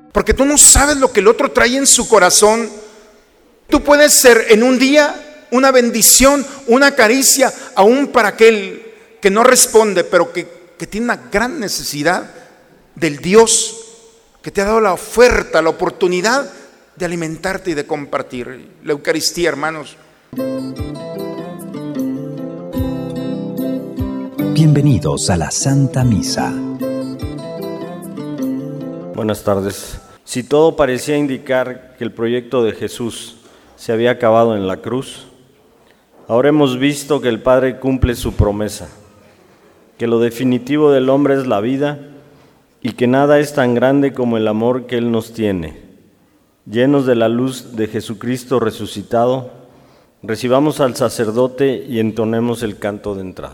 Porque tú no sabes lo que el otro trae en su corazón. Tú puedes ser en un día una bendición, una caricia, aún para aquel que no responde, pero que tiene una gran necesidad del Dios que te ha dado la oferta, la oportunidad de alimentarte y de compartir. La Eucaristía, hermanos. Bienvenidos a la Santa Misa. Buenas tardes. Si todo parecía indicar que el proyecto de Jesús se había acabado en la cruz, ahora hemos visto que el Padre cumple su promesa, que lo definitivo del hombre es la vida y que nada es tan grande como el amor que Él nos tiene. Llenos de la luz de Jesucristo resucitado, recibamos al sacerdote y entonemos el canto de entrada.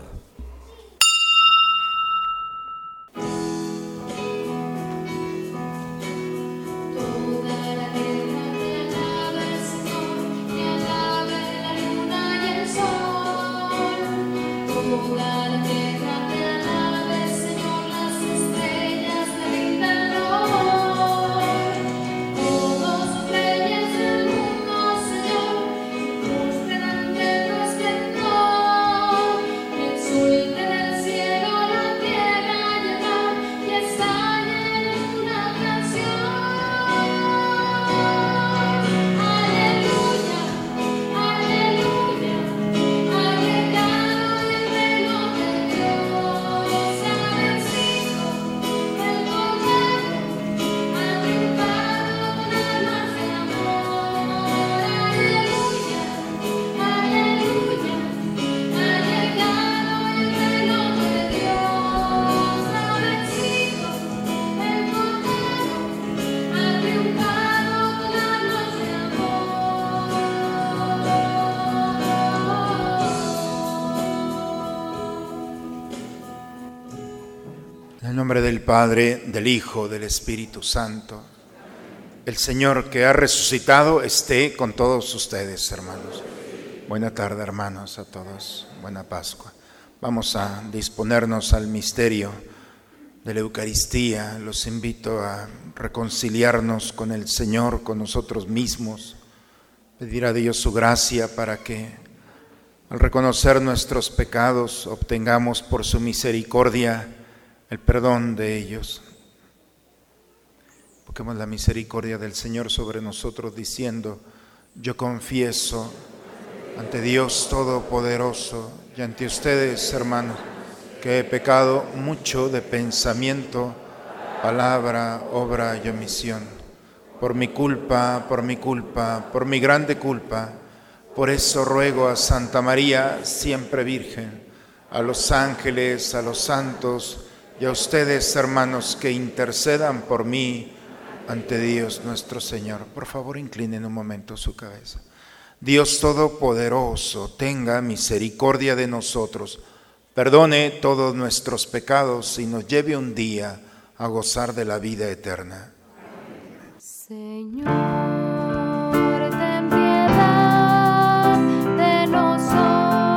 En el nombre del Padre, del Hijo, del Espíritu Santo. El Señor que ha resucitado esté con todos ustedes, hermanos. Buena tarde, hermanos, a todos. Buena Pascua. Vamos a disponernos al misterio de la Eucaristía. Los invito a reconciliarnos con el Señor, con nosotros mismos. Pedir a Dios su gracia para que al reconocer nuestros pecados obtengamos por su misericordia el perdón de ellos. Busquemos la misericordia del Señor sobre nosotros diciendo: yo confieso ante Dios Todopoderoso y ante ustedes, hermanos, que he pecado mucho de pensamiento, palabra, obra y omisión. Por mi culpa, por mi grande culpa. Por eso ruego a Santa María, siempre Virgen, a los ángeles, a los santos, y a ustedes, hermanos, que intercedan por mí ante Dios nuestro Señor. Por favor, inclinen un momento su cabeza. Dios Todopoderoso, tenga misericordia de nosotros, perdone todos nuestros pecados y nos lleve un día a gozar de la vida eterna. Señor, ten piedad de nosotros.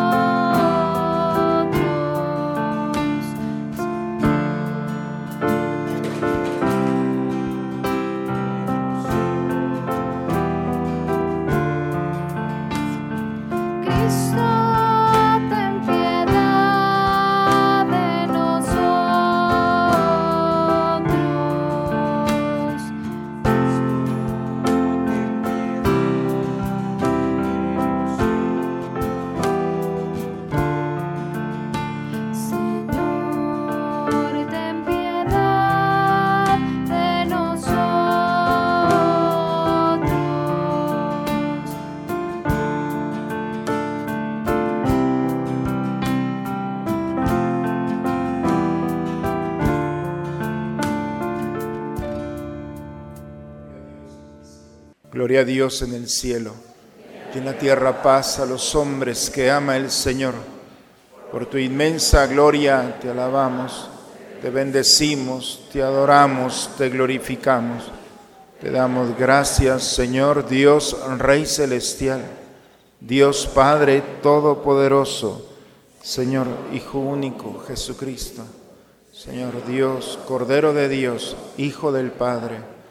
Gloria a Dios en el cielo, y en la tierra paz a los hombres que ama el Señor. Por tu inmensa gloria te alabamos, te bendecimos, te adoramos, te glorificamos. Te damos gracias, Señor Dios, Rey celestial, Dios Padre todopoderoso, Señor Hijo único, Jesucristo, Señor Dios, Cordero de Dios, Hijo del Padre,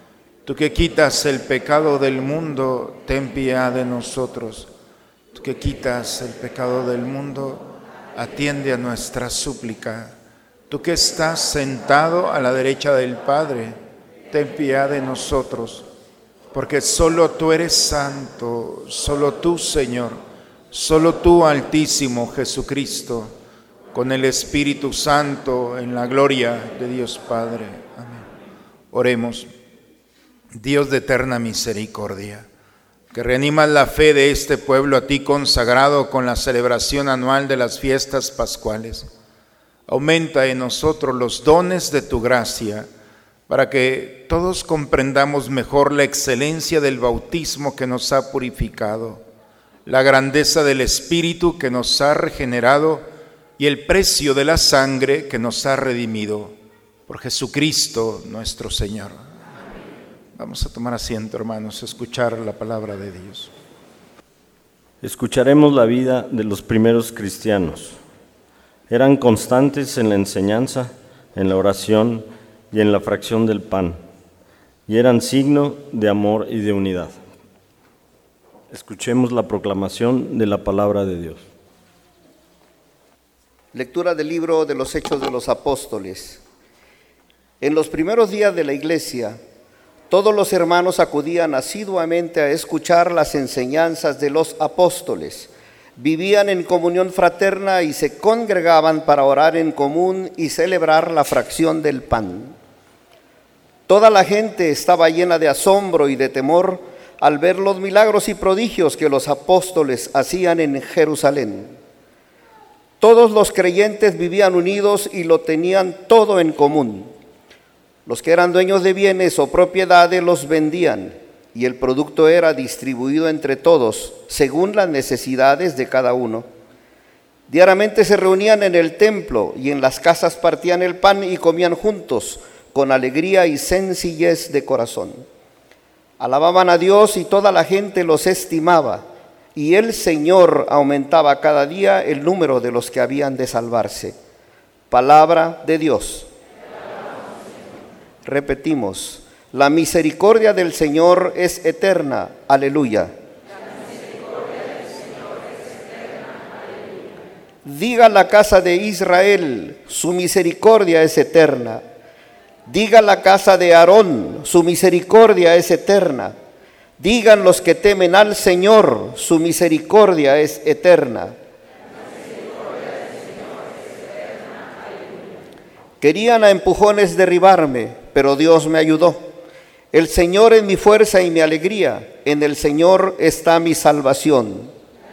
Tú que quitas el pecado del mundo, ten piedad de nosotros. Tú que quitas el pecado del mundo, atiende a nuestra súplica. Tú que estás sentado a la derecha del Padre, ten piedad de nosotros. Porque solo tú eres santo, solo tú, Señor, solo tú, Altísimo Jesucristo, con el Espíritu Santo, en la gloria de Dios Padre. Amén. Oremos. Dios de eterna misericordia, que reanimas la fe de este pueblo a ti consagrado con la celebración anual de las fiestas pascuales. Aumenta en nosotros los dones de tu gracia, para que todos comprendamos mejor la excelencia del bautismo que nos ha purificado, la grandeza del Espíritu que nos ha regenerado y el precio de la sangre que nos ha redimido. Por Jesucristo nuestro Señor. Vamos a tomar asiento, hermanos, a escuchar la palabra de Dios. Escucharemos la vida de los primeros cristianos. Eran constantes en la enseñanza, en la oración y en la fracción del pan, y eran signo de amor y de unidad. Escuchemos la proclamación de la palabra de Dios. Lectura del libro de los Hechos de los Apóstoles. En los primeros días de la Iglesia, todos los hermanos acudían asiduamente a escuchar las enseñanzas de los apóstoles, vivían en comunión fraterna y se congregaban para orar en común y celebrar la fracción del pan. Toda la gente estaba llena de asombro y de temor al ver los milagros y prodigios que los apóstoles hacían en Jerusalén. Todos los creyentes vivían unidos y lo tenían todo en común. Los que eran dueños de bienes o propiedades los vendían, y el producto era distribuido entre todos, según las necesidades de cada uno. Diariamente se reunían en el templo y en las casas partían el pan y comían juntos, con alegría y sencillez de corazón. Alababan a Dios y toda la gente los estimaba, y el Señor aumentaba cada día el número de los que habían de salvarse. Palabra de Dios. Repetimos, la misericordia del Señor es eterna. Aleluya. Diga la casa de Israel, su misericordia es eterna. Diga la casa de Aarón, su misericordia es eterna. Digan los que temen al Señor, su misericordia es eterna. Querían a empujones derribarme, pero Dios me ayudó. El Señor es mi fuerza y mi alegría. En el Señor está mi salvación.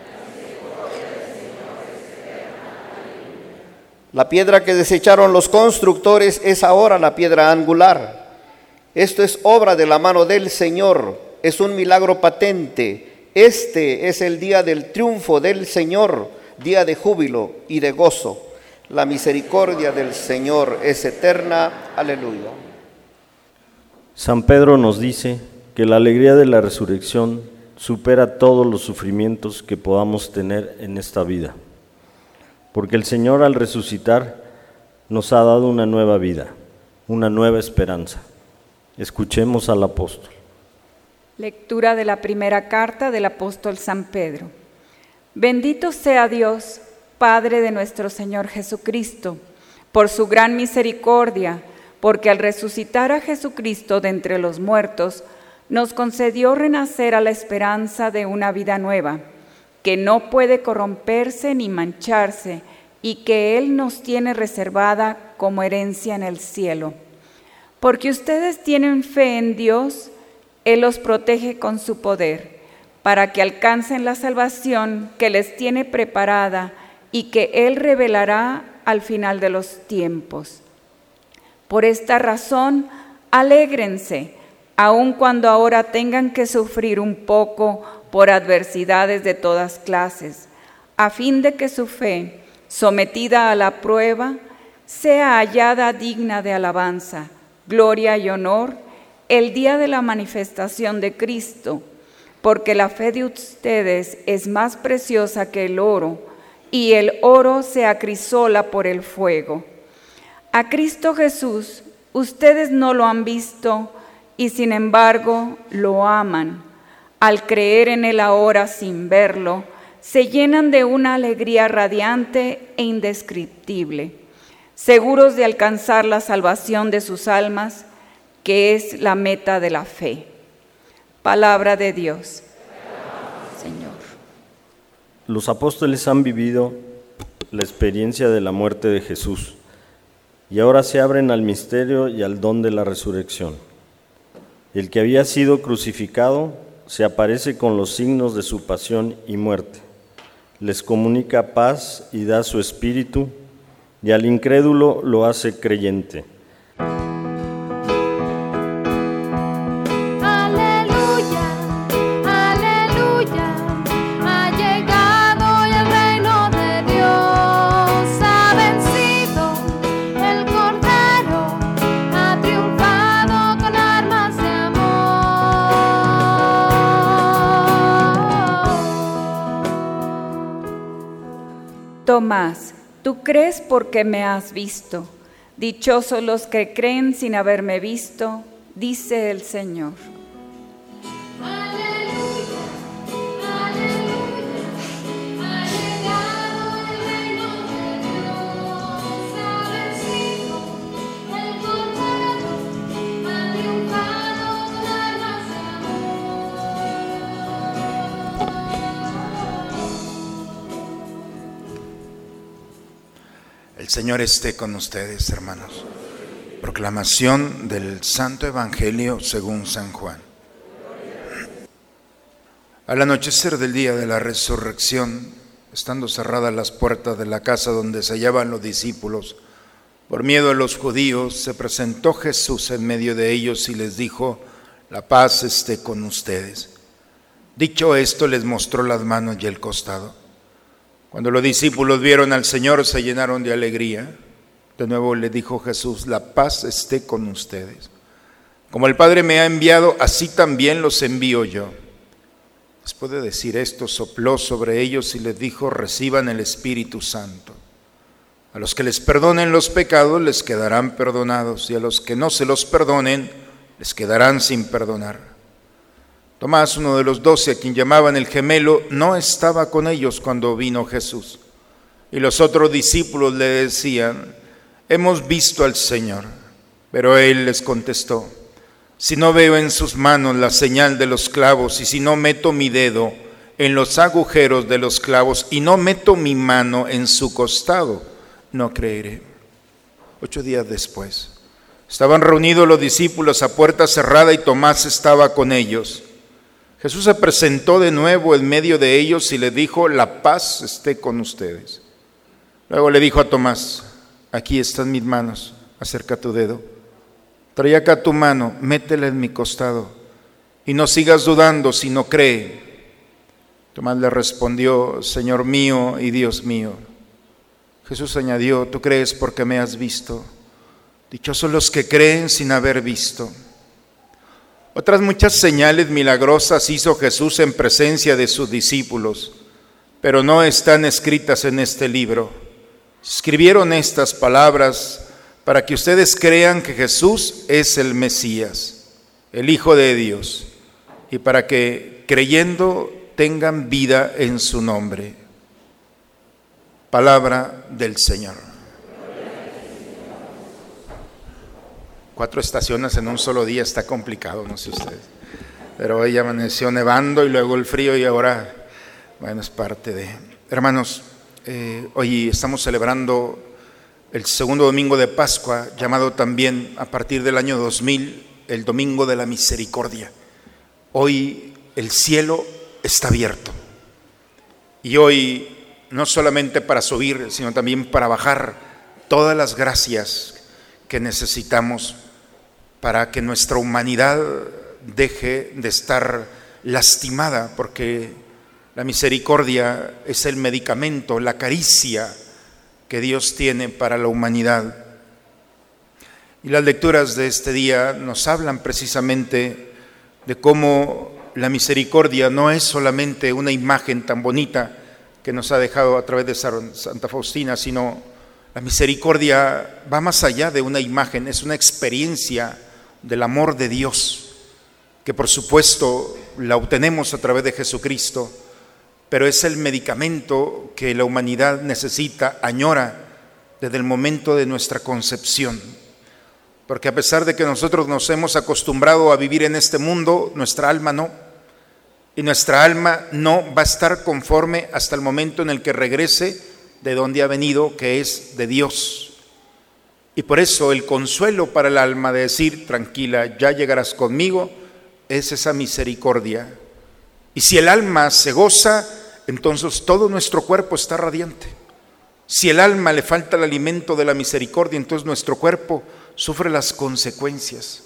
La piedra que desecharon los constructores es ahora la piedra angular. Esto es obra de la mano del Señor. Es un milagro patente. Este es el día del triunfo del Señor, día de júbilo y de gozo. La misericordia del Señor es eterna. Aleluya. San Pedro nos dice que la alegría de la resurrección supera todos los sufrimientos que podamos tener en esta vida, porque el Señor al resucitar nos ha dado una nueva vida, una nueva esperanza. Escuchemos al apóstol. Lectura de la primera carta del apóstol San Pedro. Bendito sea Dios, Padre de nuestro Señor Jesucristo, por su gran misericordia, porque al resucitar a Jesucristo de entre los muertos, nos concedió renacer a la esperanza de una vida nueva, que no puede corromperse ni mancharse, y que Él nos tiene reservada como herencia en el cielo. Porque ustedes tienen fe en Dios, Él los protege con su poder, para que alcancen la salvación que les tiene preparada y que Él revelará al final de los tiempos. Por esta razón, alégrense, aun cuando ahora tengan que sufrir un poco por adversidades de todas clases, a fin de que su fe, sometida a la prueba, sea hallada digna de alabanza, gloria y honor el día de la manifestación de Cristo, porque la fe de ustedes es más preciosa que el oro, y el oro se acrisola por el fuego. A Cristo Jesús ustedes no lo han visto y sin embargo lo aman. Al creer en Él ahora sin verlo, se llenan de una alegría radiante e indescriptible, seguros de alcanzar la salvación de sus almas, que es la meta de la fe. Palabra de Dios. Señor. Los apóstoles han vivido la experiencia de la muerte de Jesús y ahora se abren al misterio y al don de la resurrección. El que había sido crucificado se aparece con los signos de su pasión y muerte. Les comunica paz y da su espíritu, y al incrédulo lo hace creyente. Aleluya, aleluya, ha llegado el reino de Dios, ha vencido el Cordero, ha triunfado con armas de amor. Tomás, tú crees porque me has visto. Dichosos los que creen sin haberme visto, dice el Señor. Aleluya, aleluya, ha llegado el reino de Dios, ha vencido el Cordero, ha triunfado con armas de El Señor esté con ustedes, hermanos. Proclamación del Santo Evangelio según San Juan. Al anochecer del día de la resurrección, estando cerradas las puertas de la casa donde se hallaban los discípulos, por miedo a los judíos, se presentó Jesús en medio de ellos y les dijo: la paz esté con ustedes. Dicho esto, les mostró las manos y el costado. Cuando los discípulos vieron al Señor, se llenaron de alegría. De nuevo le dijo Jesús: la paz esté con ustedes. Como el Padre me ha enviado, así también los envío yo. Después de decir esto, sopló sobre ellos y les dijo: reciban el Espíritu Santo. A los que les perdonen los pecados les quedarán perdonados, y a los que no se los perdonen les quedarán sin perdonar. Tomás, uno de los 12, a quien llamaban el gemelo, no estaba con ellos cuando vino Jesús. Y los otros discípulos le decían: hemos visto al Señor. Pero él les contestó: si no veo en sus manos la señal de los clavos, y si no meto mi dedo en los agujeros de los clavos, y no meto mi mano en su costado, no creeré. 8 días después, estaban reunidos los discípulos a puerta cerrada y Tomás estaba con ellos. Jesús se presentó de nuevo en medio de ellos y les dijo: la paz esté con ustedes. Luego le dijo a Tomás: aquí están mis manos, acerca tu dedo. Trae acá tu mano, métela en mi costado, y no sigas dudando, sino cree. Tomás le respondió: Señor mío y Dios mío. Jesús añadió: tú crees porque me has visto. Dichosos los que creen sin haber visto. Otras muchas señales milagrosas hizo Jesús en presencia de sus discípulos, pero no están escritas en este libro. Escribieron estas palabras para que ustedes crean que Jesús es el Mesías, el Hijo de Dios, y para que, creyendo, tengan vida en su nombre. Palabra del Señor. 4 estaciones en un solo día está complicado, no sé ustedes. Pero hoy amaneció nevando y luego el frío y ahora, bueno, es parte de... Hermanos, hoy estamos celebrando el segundo domingo de Pascua, llamado también a partir del año 2000, el Domingo de la Misericordia. Hoy el cielo está abierto. Y hoy, no solamente para subir, sino también para bajar todas las gracias que necesitamos para que nuestra humanidad deje de estar lastimada, porque la misericordia es el medicamento, la caricia que Dios tiene para la humanidad. Y las lecturas de este día nos hablan precisamente de cómo la misericordia no es solamente una imagen tan bonita que nos ha dejado a través de Santa Faustina, sino la misericordia va más allá de una imagen, es una experiencia del amor de Dios que por supuesto la obtenemos a través de Jesucristo, pero es el medicamento que la humanidad necesita, añora, desde el momento de nuestra concepción. Porque a pesar de que nosotros nos hemos acostumbrado a vivir en este mundo, nuestra alma no. Y nuestra alma no va a estar conforme hasta el momento en el que regrese de donde ha venido, que es de Dios. Y por eso el consuelo para el alma de decir, tranquila, ya llegarás conmigo, es esa misericordia. Y si el alma se goza, entonces todo nuestro cuerpo está radiante. Si el alma le falta el alimento de la misericordia, entonces nuestro cuerpo sufre las consecuencias.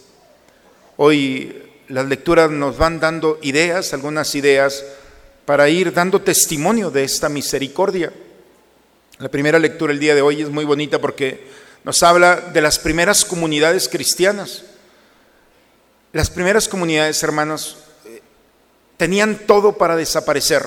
Hoy las lecturas nos van dando ideas, algunas ideas, para ir dando testimonio de esta misericordia. La primera lectura el día de hoy es muy bonita porque nos habla de las primeras comunidades cristianas. Las primeras comunidades, hermanos, tenían todo para desaparecer.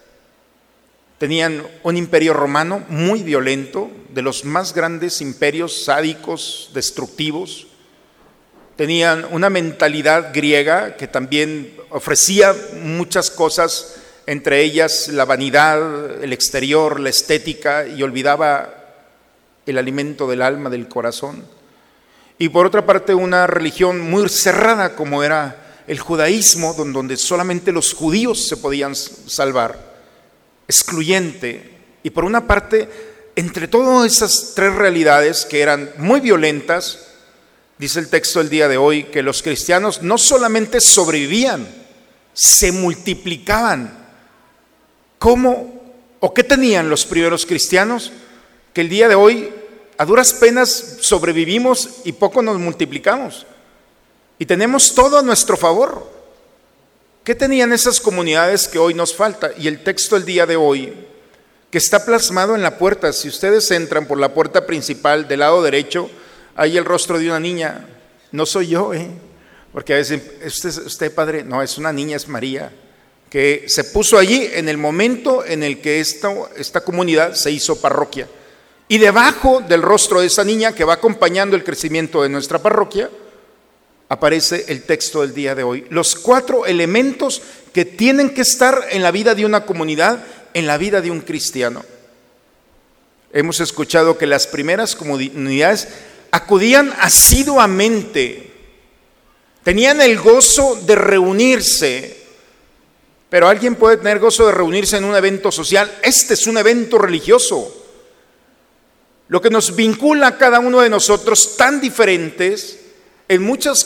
Tenían un imperio romano muy violento, de los más grandes imperios sádicos, destructivos. Tenían una mentalidad griega que también ofrecía muchas cosas, entre ellas la vanidad, el exterior, la estética, y olvidaba el alimento del alma, del corazón. Y por otra parte una religión muy cerrada como era el judaísmo, donde solamente los judíos se podían salvar, excluyente. Y por una parte, entre todas esas tres realidades que eran muy violentas, dice el texto del día de hoy que los cristianos no solamente sobrevivían, se multiplicaban. ¿Cómo o qué tenían los primeros cristianos? Que el día de hoy a duras penas sobrevivimos y poco nos multiplicamos. Y tenemos todo a nuestro favor. ¿Qué tenían esas comunidades que hoy nos falta? Y el texto del día de hoy, que está plasmado en la puerta, si ustedes entran por la puerta principal del lado derecho, hay el rostro de una niña. No soy yo, porque a veces, usted padre, no, es una niña, es María, que se puso allí en el momento en el que esta comunidad se hizo parroquia. Y debajo del rostro de esa niña, que va acompañando el crecimiento de nuestra parroquia, aparece el texto del día de hoy. Los 4 elementos que tienen que estar en la vida de una comunidad, en la vida de un cristiano. Hemos escuchado que las primeras comunidades acudían asiduamente, tenían el gozo de reunirse. Pero alguien puede tener gozo de reunirse en un evento social. Este es un evento religioso. Lo que nos vincula a cada uno de nosotros, tan diferentes, en muchas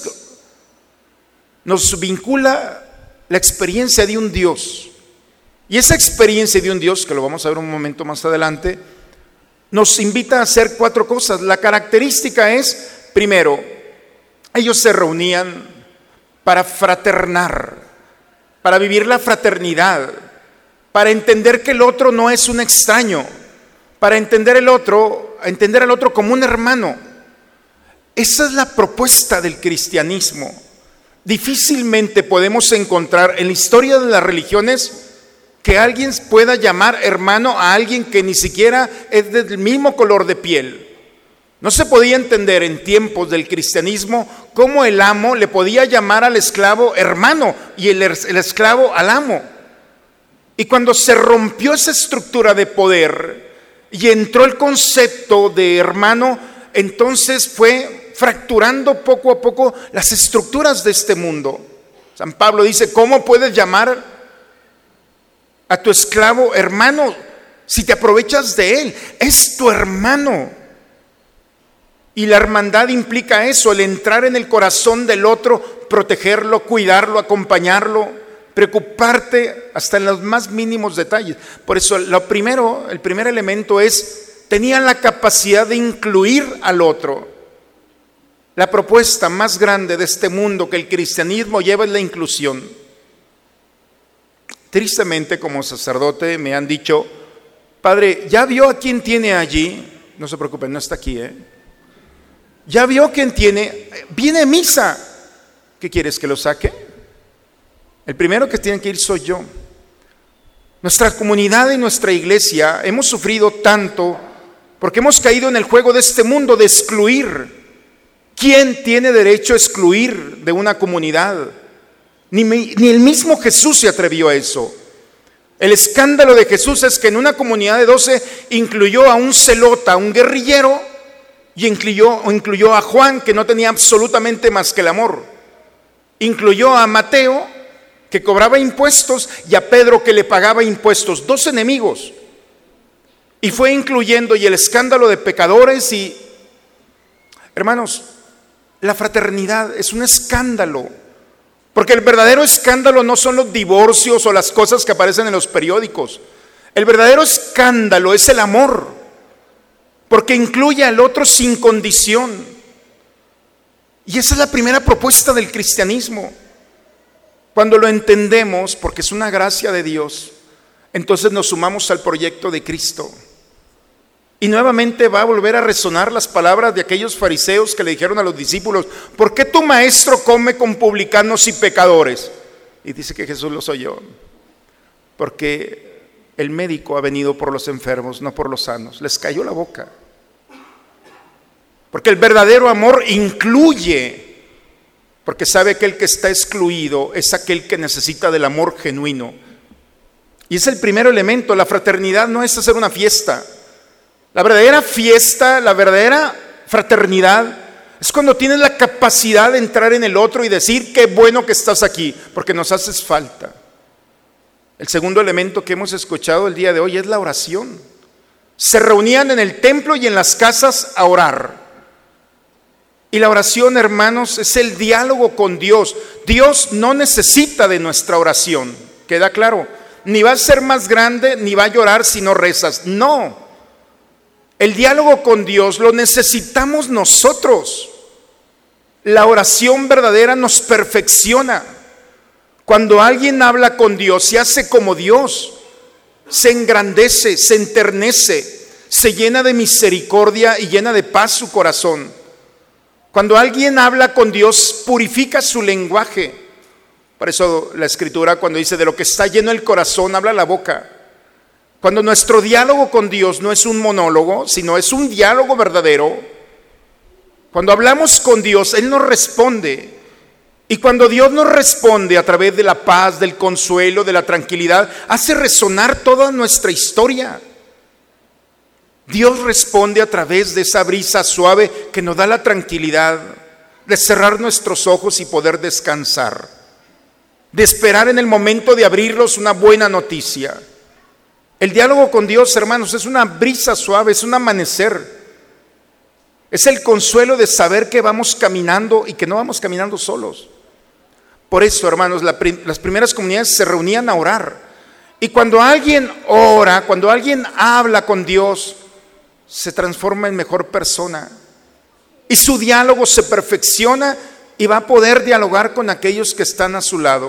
nos vincula la experiencia de un Dios. Y esa experiencia de un Dios, que lo vamos a ver un momento más adelante, nos invita a hacer 4 cosas. La característica es, primero, ellos se reunían para fraternar, para vivir la fraternidad, para entender que el otro no es un extraño, para entender al otro como un hermano. Esa es la propuesta del cristianismo. Difícilmente podemos encontrar en la historia de las religiones que alguien pueda llamar hermano a alguien que ni siquiera es del mismo color de piel. No se podía entender en tiempos del cristianismo cómo el amo le podía llamar al esclavo hermano y el esclavo al amo. Y cuando se rompió esa estructura de poder y entró el concepto de hermano, entonces fue fracturando poco a poco las estructuras de este mundo. San Pablo dice, ¿cómo puedes llamar a tu esclavo hermano si te aprovechas de él? Es tu hermano. Y la hermandad implica eso, el entrar en el corazón del otro, protegerlo, cuidarlo, acompañarlo, preocuparte hasta en los más mínimos detalles. Por eso el primer elemento es, tenían la capacidad de incluir al otro. La propuesta más grande de este mundo que el cristianismo lleva es la inclusión. Tristemente, como sacerdote me han dicho, padre, ¿ya vio a quién tiene allí? No se preocupen, no está aquí, ¿Ya vio quién tiene? Viene a misa. ¿Qué quieres, que lo saque? El primero que tiene que ir soy yo. Nuestra comunidad y nuestra iglesia hemos sufrido tanto porque hemos caído en el juego de este mundo de excluir. ¿Quién tiene derecho a excluir de una comunidad? Ni el mismo Jesús se atrevió a eso. El escándalo de Jesús es que en una comunidad de 12 incluyó a un celota, a un guerrillero, y incluyó a Juan, que no tenía absolutamente más que el amor. Incluyó a Mateo, que cobraba impuestos, y a Pedro, que le pagaba impuestos. 2 enemigos. Y fue incluyendo, y el escándalo de pecadores. Y hermanos, la fraternidad es un escándalo, porque el verdadero escándalo no son los divorcios o las cosas que aparecen en los periódicos. El verdadero escándalo es el amor, porque incluye al otro sin condición. Y esa es la primera propuesta del cristianismo. Cuando lo entendemos, porque es una gracia de Dios, entonces nos sumamos al proyecto de Cristo. Y nuevamente va a volver a resonar las palabras de aquellos fariseos que le dijeron a los discípulos: ¿por qué tu maestro come con publicanos y pecadores? Y dice que Jesús los oyó. Porque el médico ha venido por los enfermos, no por los sanos. Les cayó la boca. Porque el verdadero amor incluye, porque sabe que el que está excluido es aquel que necesita del amor genuino. Y es el primer elemento. La fraternidad no es hacer una fiesta. La verdadera fiesta, la verdadera fraternidad es cuando tienes la capacidad de entrar en el otro y decir: qué bueno que estás aquí, porque nos haces falta. El segundo elemento que hemos escuchado el día de hoy es la oración. Se reunían en el templo y en las casas a orar. Y la oración, hermanos, es el diálogo con Dios. Dios no necesita de nuestra oración, ¿queda claro? Ni va a ser más grande, ni va a llorar si no rezas. No. El diálogo con Dios lo necesitamos nosotros. La oración verdadera nos perfecciona. Cuando alguien habla con Dios, se hace como Dios, se engrandece, se enternece, se llena de misericordia y llena de paz su corazón. Cuando alguien habla con Dios, purifica su lenguaje. Por eso la Escritura, cuando dice: de lo que está lleno el corazón, habla la boca. Cuando nuestro diálogo con Dios no es un monólogo, sino es un diálogo verdadero, cuando hablamos con Dios, Él nos responde. Y cuando Dios nos responde a través de la paz, del consuelo, de la tranquilidad, hace resonar toda nuestra historia. Dios responde a través de esa brisa suave que nos da la tranquilidad de cerrar nuestros ojos y poder descansar, de esperar en el momento de abrirlos una buena noticia. El diálogo con Dios, hermanos, es una brisa suave, es un amanecer. Es el consuelo de saber que vamos caminando y que no vamos caminando solos. Por eso, hermanos, las primeras comunidades se reunían a orar. Y cuando alguien ora, cuando alguien habla con Dios, se transforma en mejor persona. Y su diálogo se perfecciona y va a poder dialogar con aquellos que están a su lado.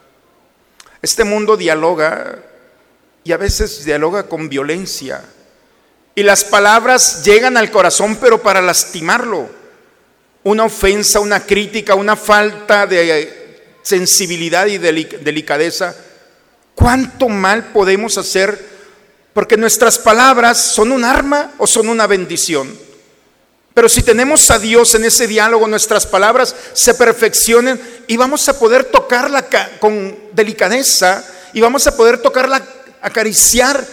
Este mundo dialoga, y a veces dialoga con violencia. Y las palabras llegan al corazón, pero para lastimarlo. Una ofensa, una crítica, una falta de sensibilidad y delicadeza. ¿Cuánto mal podemos hacer? Porque nuestras palabras son un arma o son una bendición. Pero si tenemos a Dios en ese diálogo, nuestras palabras se perfeccionan y vamos a poder tocarla con delicadeza y vamos a poder tocarla, acariciar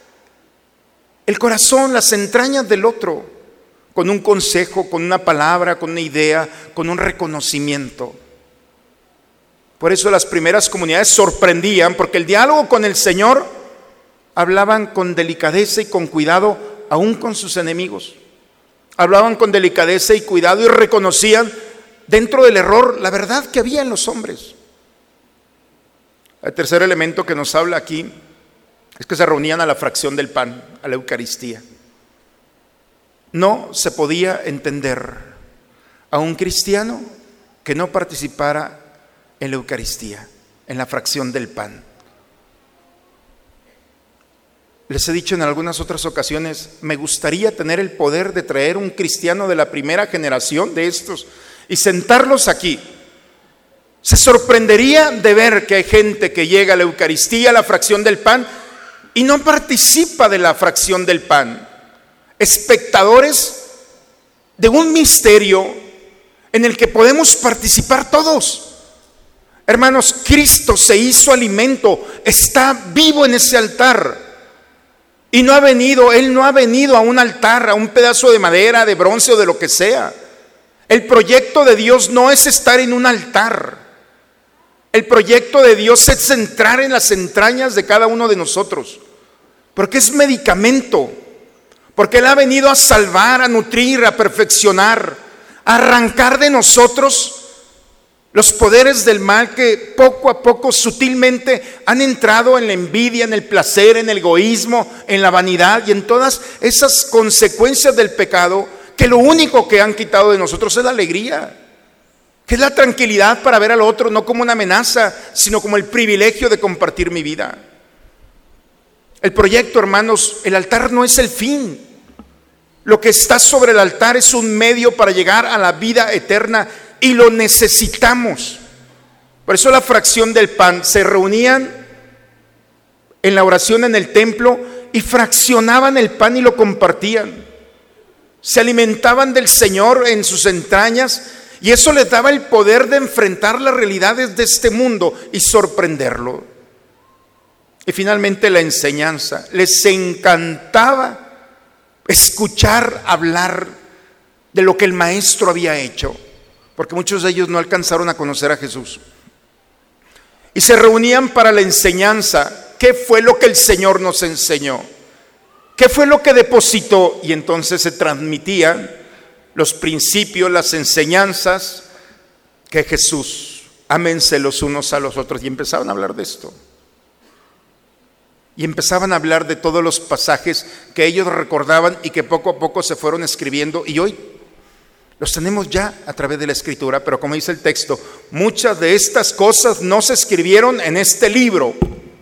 el corazón, las entrañas del otro, con un consejo, con una palabra, con una idea, con un reconocimiento. Por eso las primeras comunidades sorprendían, porque el diálogo con el Señor hablaban con delicadeza y con cuidado, aún con sus enemigos. Hablaban con delicadeza y cuidado y reconocían dentro del error la verdad que había en los hombres. El tercer elemento que nos habla aquí es que se reunían a la fracción del pan, a la Eucaristía. No se podía entender a un cristiano que no participara en la Eucaristía, en la fracción del pan. Les he dicho en algunas otras ocasiones, me gustaría tener el poder de traer un cristiano de la primera generación de estos y sentarlos aquí. Se sorprendería de ver que hay gente que llega a la Eucaristía, a la fracción del pan, y no participa de la fracción del pan. Espectadores de un misterio en el que podemos participar todos. Hermanos, Cristo se hizo alimento, está vivo en ese altar. Y Él no ha venido a un altar, a un pedazo de madera, de bronce o de lo que sea. El proyecto de Dios no es estar en un altar. El proyecto de Dios es entrar en las entrañas de cada uno de nosotros. Porque es medicamento. Porque Él ha venido a salvar, a nutrir, a perfeccionar, a arrancar de nosotros los poderes del mal que poco a poco sutilmente han entrado en la envidia, en el placer, en el egoísmo, en la vanidad y en todas esas consecuencias del pecado, que lo único que han quitado de nosotros es la alegría, que es la tranquilidad para ver al otro no como una amenaza, sino como el privilegio de compartir mi vida. El proyecto, hermanos, el altar no es el fin. Lo que está sobre el altar es un medio para llegar a la vida eterna y lo necesitamos. Por eso la fracción del pan, se reunían en la oración en el templo y fraccionaban el pan y lo compartían. Se alimentaban del Señor en sus entrañas y eso les daba el poder de enfrentar las realidades de este mundo y sorprenderlo. Y finalmente la enseñanza. Les encantaba escuchar hablar de lo que el maestro había hecho, porque muchos de ellos no alcanzaron a conocer a Jesús. Y se reunían para la enseñanza. ¿Qué fue lo que el Señor nos enseñó? ¿Qué fue lo que depositó? Y entonces se transmitían los principios, las enseñanzas que Jesús, ámense los unos a los otros. Y empezaban a hablar de esto. Y empezaban a hablar de todos los pasajes que ellos recordaban y que poco a poco se fueron escribiendo. Y hoy los tenemos ya a través de la Escritura, pero como dice el texto, muchas de estas cosas no se escribieron en este libro.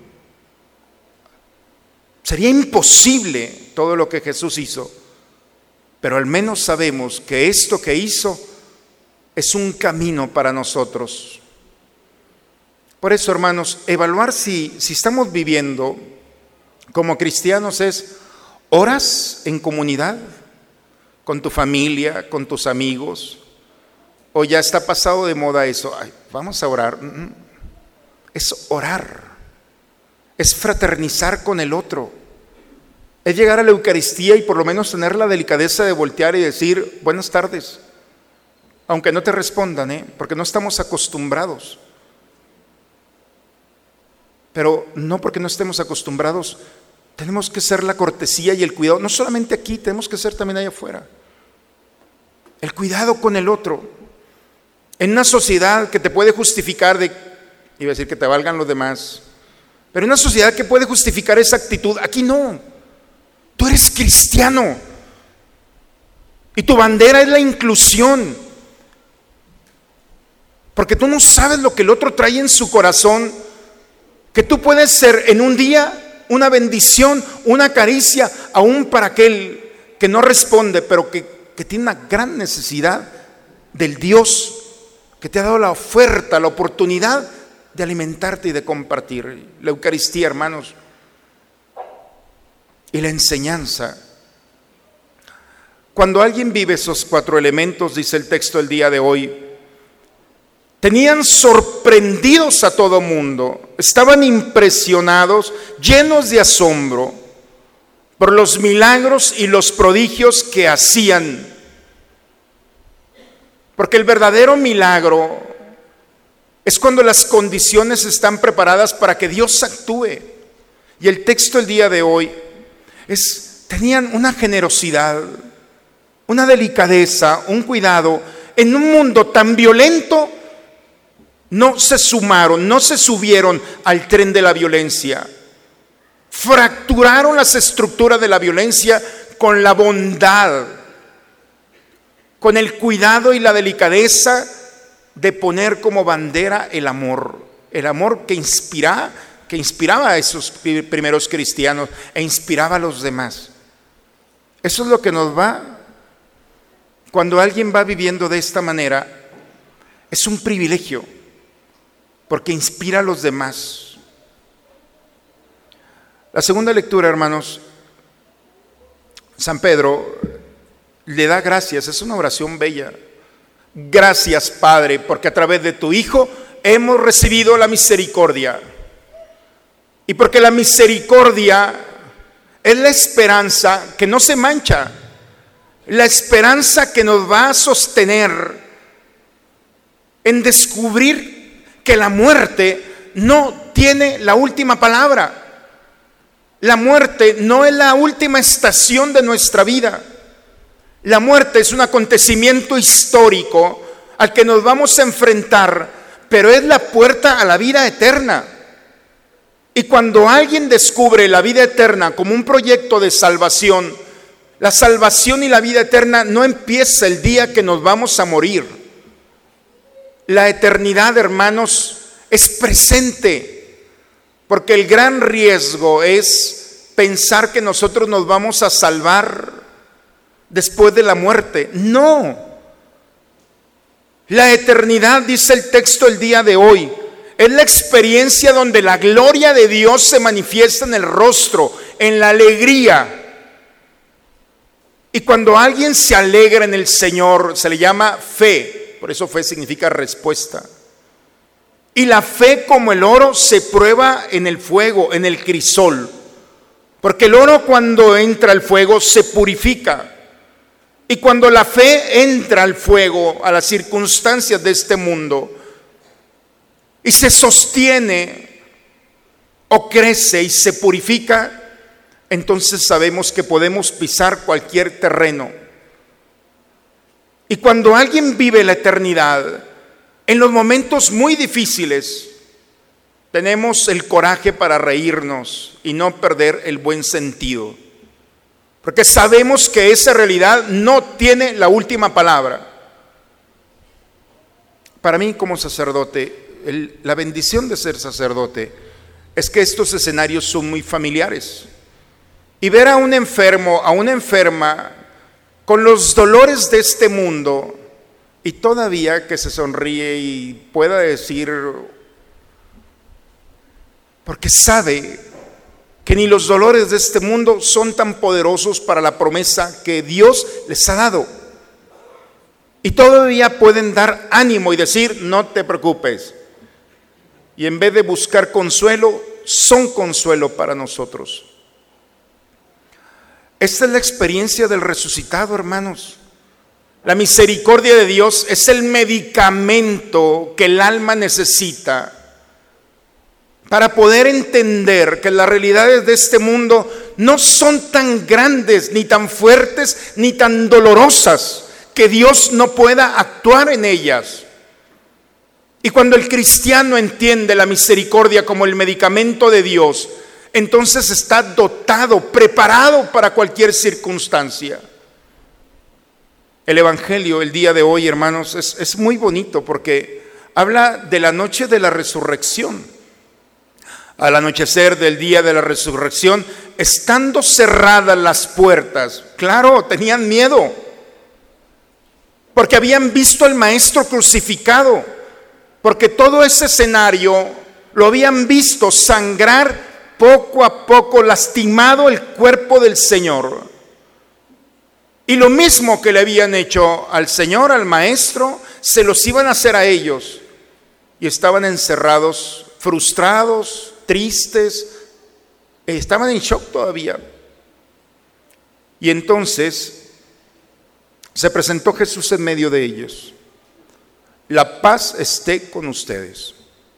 Sería imposible todo lo que Jesús hizo, pero al menos sabemos que esto que hizo es un camino para nosotros. Por eso, hermanos, evaluar si estamos viviendo como cristianos es: ¿oras en comunidad con tu familia, con tus amigos? ¿O ya está pasado de moda eso? Ay, vamos a orar. Es orar, es fraternizar con el otro, es llegar a la Eucaristía y por lo menos tener la delicadeza de voltear y decir buenas tardes, aunque no te respondan, porque no estamos acostumbrados. Pero no porque no estemos acostumbrados, tenemos que ser la cortesía y el cuidado, no solamente aquí, tenemos que ser también allá afuera. El cuidado con el otro. En una sociedad que te puede justificar iba a decir que te valgan los demás, pero en una sociedad que puede justificar esa actitud, aquí no. Tú eres cristiano y tu bandera es la inclusión, porque tú no sabes lo que el otro trae en su corazón, que tú puedes ser en un día una bendición, una caricia, aún para aquel que no responde, pero que tiene una gran necesidad del Dios que te ha dado la oferta, la oportunidad de alimentarte y de compartir. La Eucaristía, hermanos, y la enseñanza. Cuando alguien vive esos 4 elementos, dice el texto del día de hoy, tenían sorprendidos a todo mundo, estaban impresionados, llenos de asombro por los milagros y los prodigios que hacían. Porque el verdadero milagro es cuando las condiciones están preparadas para que Dios actúe. Y el texto del día de hoy tenían una generosidad, una delicadeza, un cuidado. En un mundo tan violento, no se sumaron, no se subieron al tren de la violencia. Fracturaron las estructuras de la violencia con la bondad, con el cuidado y la delicadeza de poner como bandera el amor que inspiraba a esos primeros cristianos e inspiraba a los demás. Eso es lo que nos va, cuando alguien va viviendo de esta manera, es un privilegio, porque inspira a los demás. La segunda lectura, hermanos, San Pedro le da gracias, es una oración bella. Gracias, Padre, porque a través de tu Hijo hemos recibido la misericordia. Y porque la misericordia es la esperanza que no se mancha, la esperanza que nos va a sostener en descubrir que la muerte no tiene la última palabra. La muerte no es la última estación de nuestra vida. La muerte es un acontecimiento histórico al que nos vamos a enfrentar, pero es la puerta a la vida eterna. Y cuando alguien descubre la vida eterna como un proyecto de salvación, la salvación y la vida eterna no empieza el día que nos vamos a morir. La eternidad, hermanos, es presente. Porque el gran riesgo es pensar que nosotros nos vamos a salvar después de la muerte. No. La eternidad, dice el texto el día de hoy, es la experiencia donde la gloria de Dios se manifiesta en el rostro, en la alegría. Y cuando alguien se alegra en el Señor, se le llama fe. Por eso fe significa respuesta. Y la fe, como el oro, se prueba en el fuego, en el crisol. Porque el oro, cuando entra al fuego, se purifica. Y cuando la fe entra al fuego, a las circunstancias de este mundo, y se sostiene o crece y se purifica, entonces sabemos que podemos pisar cualquier terreno. Y cuando alguien vive la eternidad, en los momentos muy difíciles, tenemos el coraje para reírnos y no perder el buen sentido. Porque sabemos que esa realidad no tiene la última palabra. Para mí, como sacerdote, la bendición de ser sacerdote es que estos escenarios son muy familiares. Y ver a un enfermo, a una enferma, con los dolores de este mundo, y todavía que se sonríe y pueda decir, porque sabe que ni los dolores de este mundo son tan poderosos para la promesa que Dios les ha dado. Y todavía pueden dar ánimo y decir, no te preocupes. Y en vez de buscar consuelo, son consuelo para nosotros. Esta es la experiencia del resucitado, hermanos. La misericordia de Dios es el medicamento que el alma necesita para poder entender que las realidades de este mundo no son tan grandes, ni tan fuertes, ni tan dolorosas, que Dios no pueda actuar en ellas. Y cuando el cristiano entiende la misericordia como el medicamento de Dios, entonces está dotado, preparado para cualquier circunstancia. El Evangelio el día de hoy, hermanos, es muy bonito porque habla de la noche de la resurrección. Al anochecer del día de la resurrección, estando cerradas las puertas, claro, tenían miedo, porque habían visto al Maestro crucificado, porque todo ese escenario lo habían visto sangrar poco a poco, lastimado el cuerpo del Señor. Y lo mismo que le habían hecho al Señor, al Maestro, se los iban a hacer a ellos. Y estaban encerrados, frustrados, tristes, estaban en shock todavía. Y entonces se presentó Jesús en medio de ellos. La paz esté con ustedes.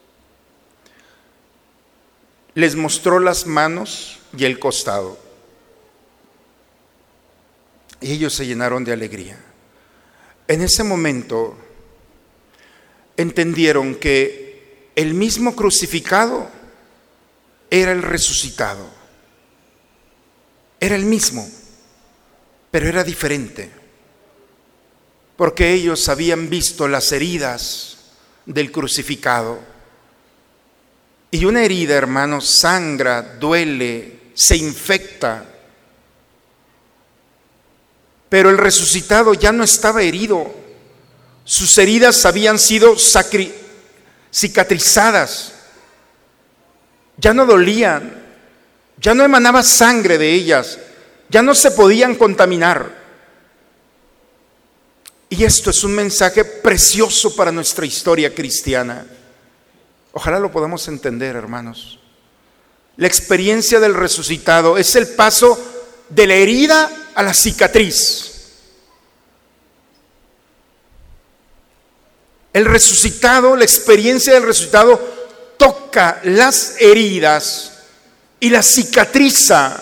Les mostró las manos y el costado. Y ellos se llenaron de alegría. En ese momento entendieron que el mismo crucificado era el resucitado. Era el mismo, pero era diferente. Porque ellos habían visto las heridas del crucificado. Y una herida, hermanos, sangra, duele, se infecta. Pero el resucitado ya no estaba herido. Sus heridas habían sido cicatrizadas. Ya no dolían. Ya no emanaba sangre de ellas. Ya no se podían contaminar. Y esto es un mensaje precioso para nuestra historia cristiana. Ojalá lo podamos entender, hermanos. La experiencia del resucitado es el paso de la herida a la cicatriz. El resucitado, la experiencia del resucitado toca las heridas y las cicatriza.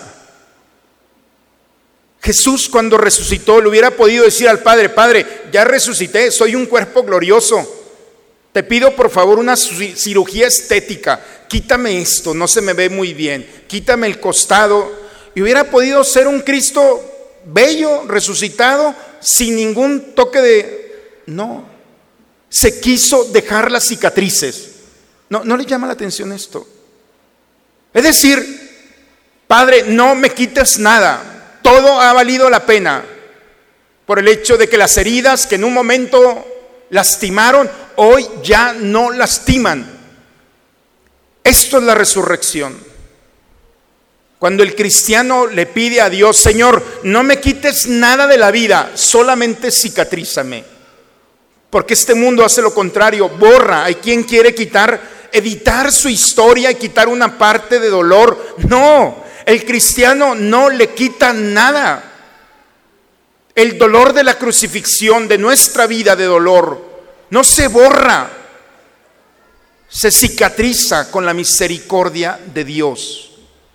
Jesús, cuando resucitó, le hubiera podido decir al Padre: Padre, ya resucité, soy un cuerpo glorioso. Te pido por favor una cirugía estética. Quítame esto, no se me ve muy bien. Quítame el costado. Y hubiera podido ser un Cristo bello, resucitado, sin ningún toque de... No, se quiso dejar las cicatrices. ¿No le llama la atención esto? Es decir, Padre, no me quites nada. Todo ha valido la pena por el hecho de que las heridas que en un momento lastimaron, hoy ya no lastiman. Esto es la resurrección. Cuando el cristiano le pide a Dios: Señor, no me quites nada de la vida, solamente cicatrízame. Porque este mundo hace lo contrario, borra. Hay quien quiere editar su historia y quitar una parte de dolor. No, el cristiano no le quita nada. El dolor de la crucifixión, de nuestra vida de dolor, no se borra, se cicatriza con la misericordia de Dios.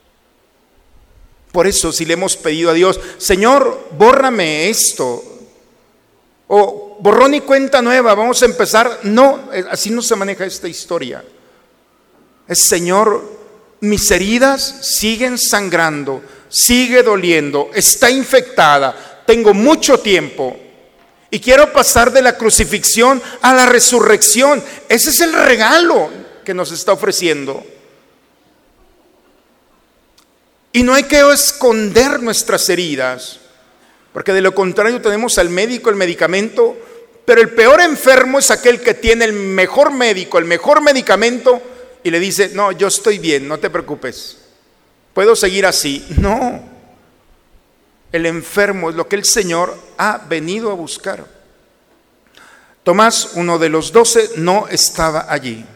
Por eso, si le hemos pedido a Dios: Señor, bórrame esto, o borrón y cuenta nueva, vamos a empezar. No, así no se maneja esta historia. Es: Señor, mis heridas siguen sangrando, sigue doliendo, está infectada. Tengo mucho tiempo y quiero pasar de la crucifixión a la resurrección. Ese es el regalo que nos está ofreciendo. Y no hay que esconder nuestras heridas, porque de lo contrario tenemos al médico, el medicamento, pero el peor enfermo es aquel que tiene el mejor médico, el mejor medicamento, y le dice: no, yo estoy bien, no te preocupes, puedo seguir así. No. El enfermo es lo que el Señor ha venido a buscar. Tomás, uno de los 12, no estaba allí.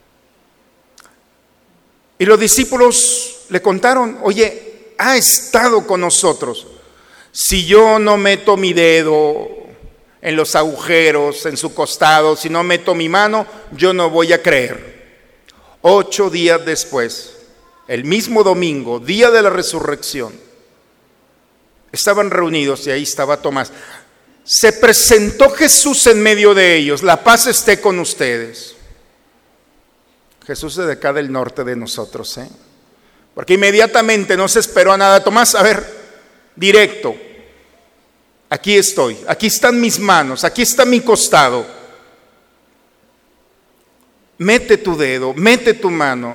Y los discípulos le contaron: oye, ha estado con nosotros. Si yo no meto mi dedo en los agujeros, en su costado, si no meto mi mano, yo no voy a creer. 8 días después, el mismo domingo, día de la resurrección, estaban reunidos y ahí estaba Tomás. Se presentó Jesús en medio de ellos: la paz esté con ustedes. Jesús es de acá del norte de nosotros, porque inmediatamente no se esperó a nada. Tomás, a ver, directo, aquí estoy, aquí están mis manos, aquí está mi costado. Mete tu dedo, mete tu mano.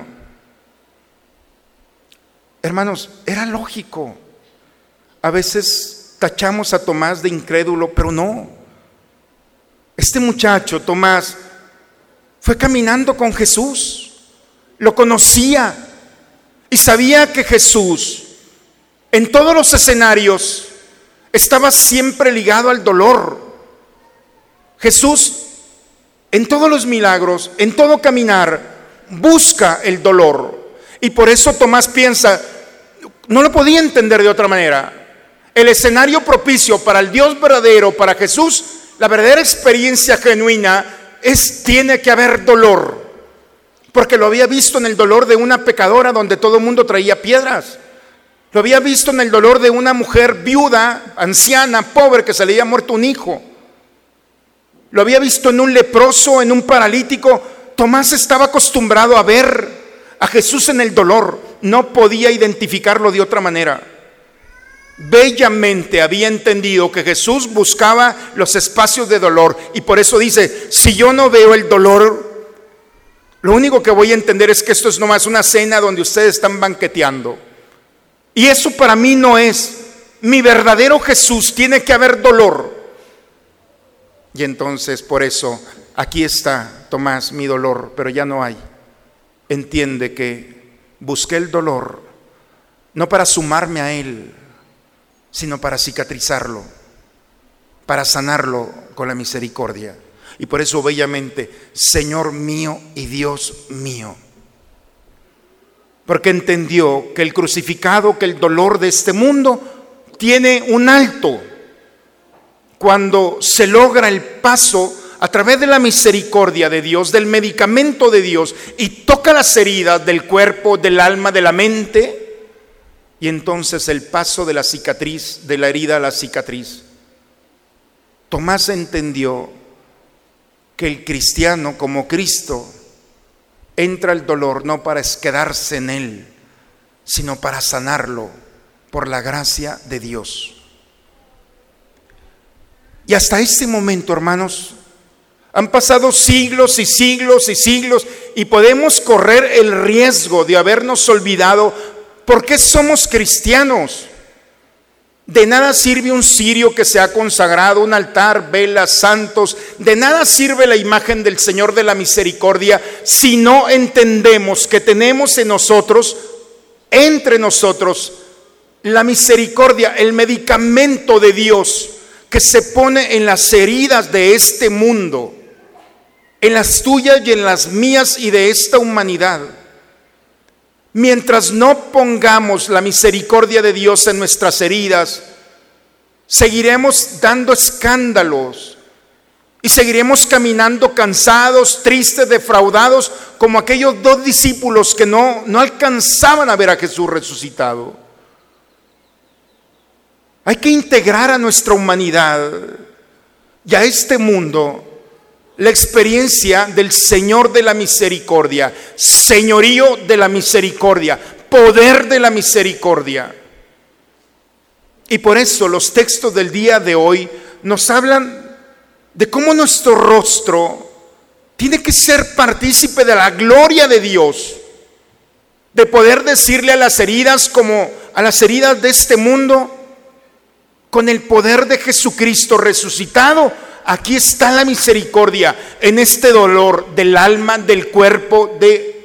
Hermanos, era lógico. A veces tachamos a Tomás de incrédulo, pero no. Este muchacho, Tomás, fue caminando con Jesús, lo conocía y sabía que Jesús, en todos los escenarios, estaba siempre ligado al dolor. Jesús, en todos los milagros, en todo caminar, busca el dolor. Y por eso Tomás piensa: no lo podía entender de otra manera. El escenario propicio para el Dios verdadero, para Jesús, la verdadera experiencia genuina, tiene que haber dolor. Porque lo había visto en el dolor de una pecadora donde todo el mundo traía piedras. Lo había visto en el dolor de una mujer viuda, anciana, pobre, que se le había muerto un hijo. Lo había visto en un leproso, en un paralítico. Tomás estaba acostumbrado a ver a Jesús en el dolor. No podía identificarlo de otra manera. Bellamente había entendido que Jesús buscaba los espacios de dolor, y por eso dice: si yo no veo el dolor, lo único que voy a entender es que esto es nomás una cena donde ustedes están banqueteando. Y eso para mí no es mi verdadero Jesús. Tiene que haber dolor. Y entonces, por eso, aquí está, Tomás, mi dolor, pero ya no hay. Entiende que busqué el dolor no para sumarme a él, sino para cicatrizarlo, para sanarlo con la misericordia. Y por eso bellamente, Señor mío y Dios mío. Porque entendió que el crucificado, que el dolor de este mundo tiene un alto cuando se logra el paso a través de la misericordia de Dios, del medicamento de Dios, y toca las heridas del cuerpo, del alma, de la mente, y entonces el paso de la cicatriz, de la herida a la cicatriz. Tomás entendió que el cristiano, como Cristo, entra el dolor no para quedarse en él, sino para sanarlo por la gracia de Dios. Y hasta este momento, hermanos, han pasado siglos y siglos y siglos, y podemos correr el riesgo de habernos olvidado por qué somos cristianos. De nada sirve un cirio que se ha consagrado, un altar, velas, santos. De nada sirve la imagen del Señor de la Misericordia si no entendemos que tenemos en nosotros, entre nosotros, la misericordia, el medicamento de Dios que se pone en las heridas de este mundo, en las tuyas y en las mías y de esta humanidad. Mientras no pongamos la misericordia de Dios en nuestras heridas, seguiremos dando escándalos y seguiremos caminando cansados, tristes, defraudados, como aquellos 2 discípulos que no alcanzaban a ver a Jesús resucitado. Hay que integrar a nuestra humanidad y a este mundo la experiencia del Señor de la misericordia, señorío de la misericordia, poder de la misericordia. Y por eso los textos del día de hoy nos hablan de cómo nuestro rostro tiene que ser partícipe de la gloria de Dios, de poder decirle a las heridas como a las heridas de este mundo, con el poder de Jesucristo resucitado, aquí está la misericordia en este dolor del alma, del cuerpo,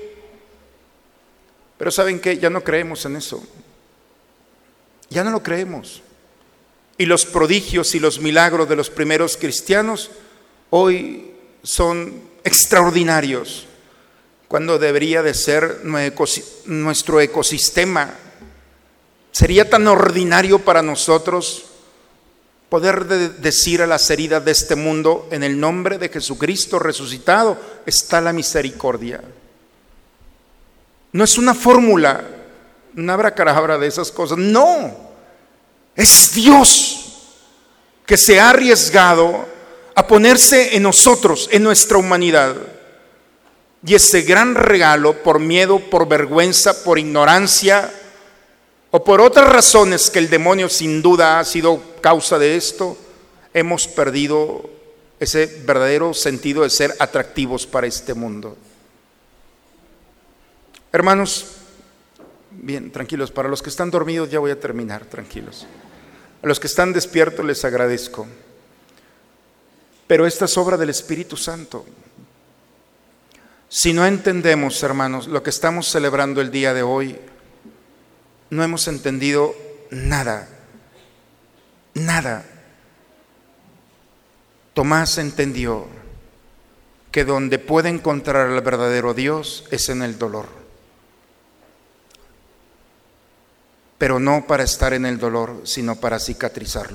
Pero ¿saben qué? Ya no creemos en eso. Ya no lo creemos. Y los prodigios y los milagros de los primeros cristianos hoy son extraordinarios, cuando debería de ser nuestro ecosistema. Sería tan ordinario para nosotros poder decir a las heridas de este mundo, en el nombre de Jesucristo resucitado está la misericordia. No es una fórmula, una abracadabra de esas cosas, no, es Dios que se ha arriesgado a ponerse en nosotros, en nuestra humanidad. Y ese gran regalo, por miedo, por vergüenza, por ignorancia, o por otras razones que el demonio sin duda ha sido causa de esto, hemos perdido ese verdadero sentido de ser atractivos para este mundo. Hermanos, bien, tranquilos, para los que están dormidos ya voy a terminar, tranquilos. A los que están despiertos les agradezco. Pero esta es obra del Espíritu Santo. Si no entendemos, hermanos, lo que estamos celebrando el día de hoy, no hemos entendido nada, nada. Tomás entendió que donde puede encontrar al verdadero Dios es en el dolor. Pero no para estar en el dolor, sino para cicatrizarlo.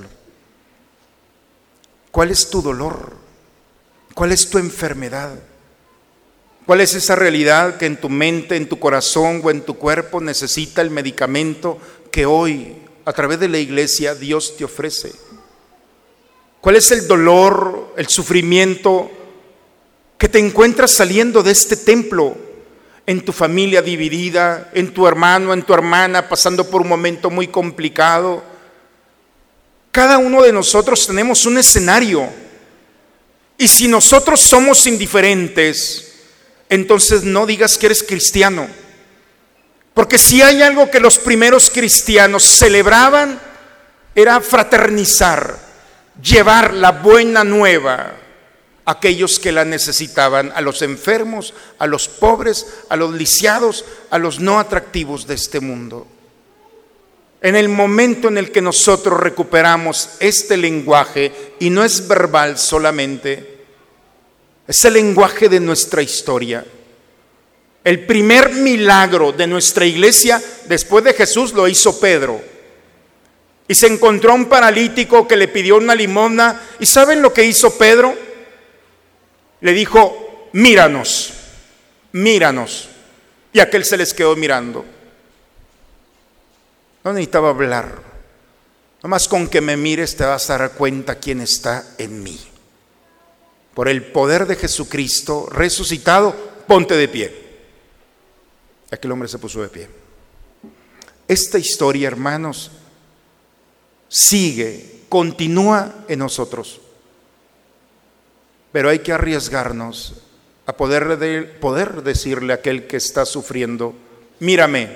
¿Cuál es tu dolor? ¿Cuál es tu enfermedad? ¿Cuál es esa realidad que en tu mente, en tu corazón o en tu cuerpo necesita el medicamento que hoy, a través de la iglesia, Dios te ofrece? ¿Cuál es el dolor, el sufrimiento que te encuentras saliendo de este templo, en tu familia dividida, en tu hermano, en tu hermana, pasando por un momento muy complicado? Cada uno de nosotros tenemos un escenario, y si nosotros somos indiferentes, entonces no digas que eres cristiano. Porque si hay algo que los primeros cristianos celebraban, era fraternizar, llevar la buena nueva a aquellos que la necesitaban, a los enfermos, a los pobres, a los lisiados, a los no atractivos de este mundo. En el momento en el que nosotros recuperamos este lenguaje, y no es verbal solamente, Es el lenguaje de nuestra historia. El primer milagro de nuestra iglesia después de Jesús lo hizo Pedro. Y se encontró a un paralítico que le pidió una limosna. ¿Y saben lo que hizo Pedro? Le dijo, míranos, míranos. Y aquel se les quedó mirando. No necesitaba hablar. Nomás con que me mires te vas a dar cuenta quién está en mí. Por el poder de Jesucristo resucitado, ponte de pie. Aquel hombre se puso de pie. Esta historia, hermanos, sigue, continúa en nosotros. Pero hay que arriesgarnos a poder decirle a aquel que está sufriendo, mírame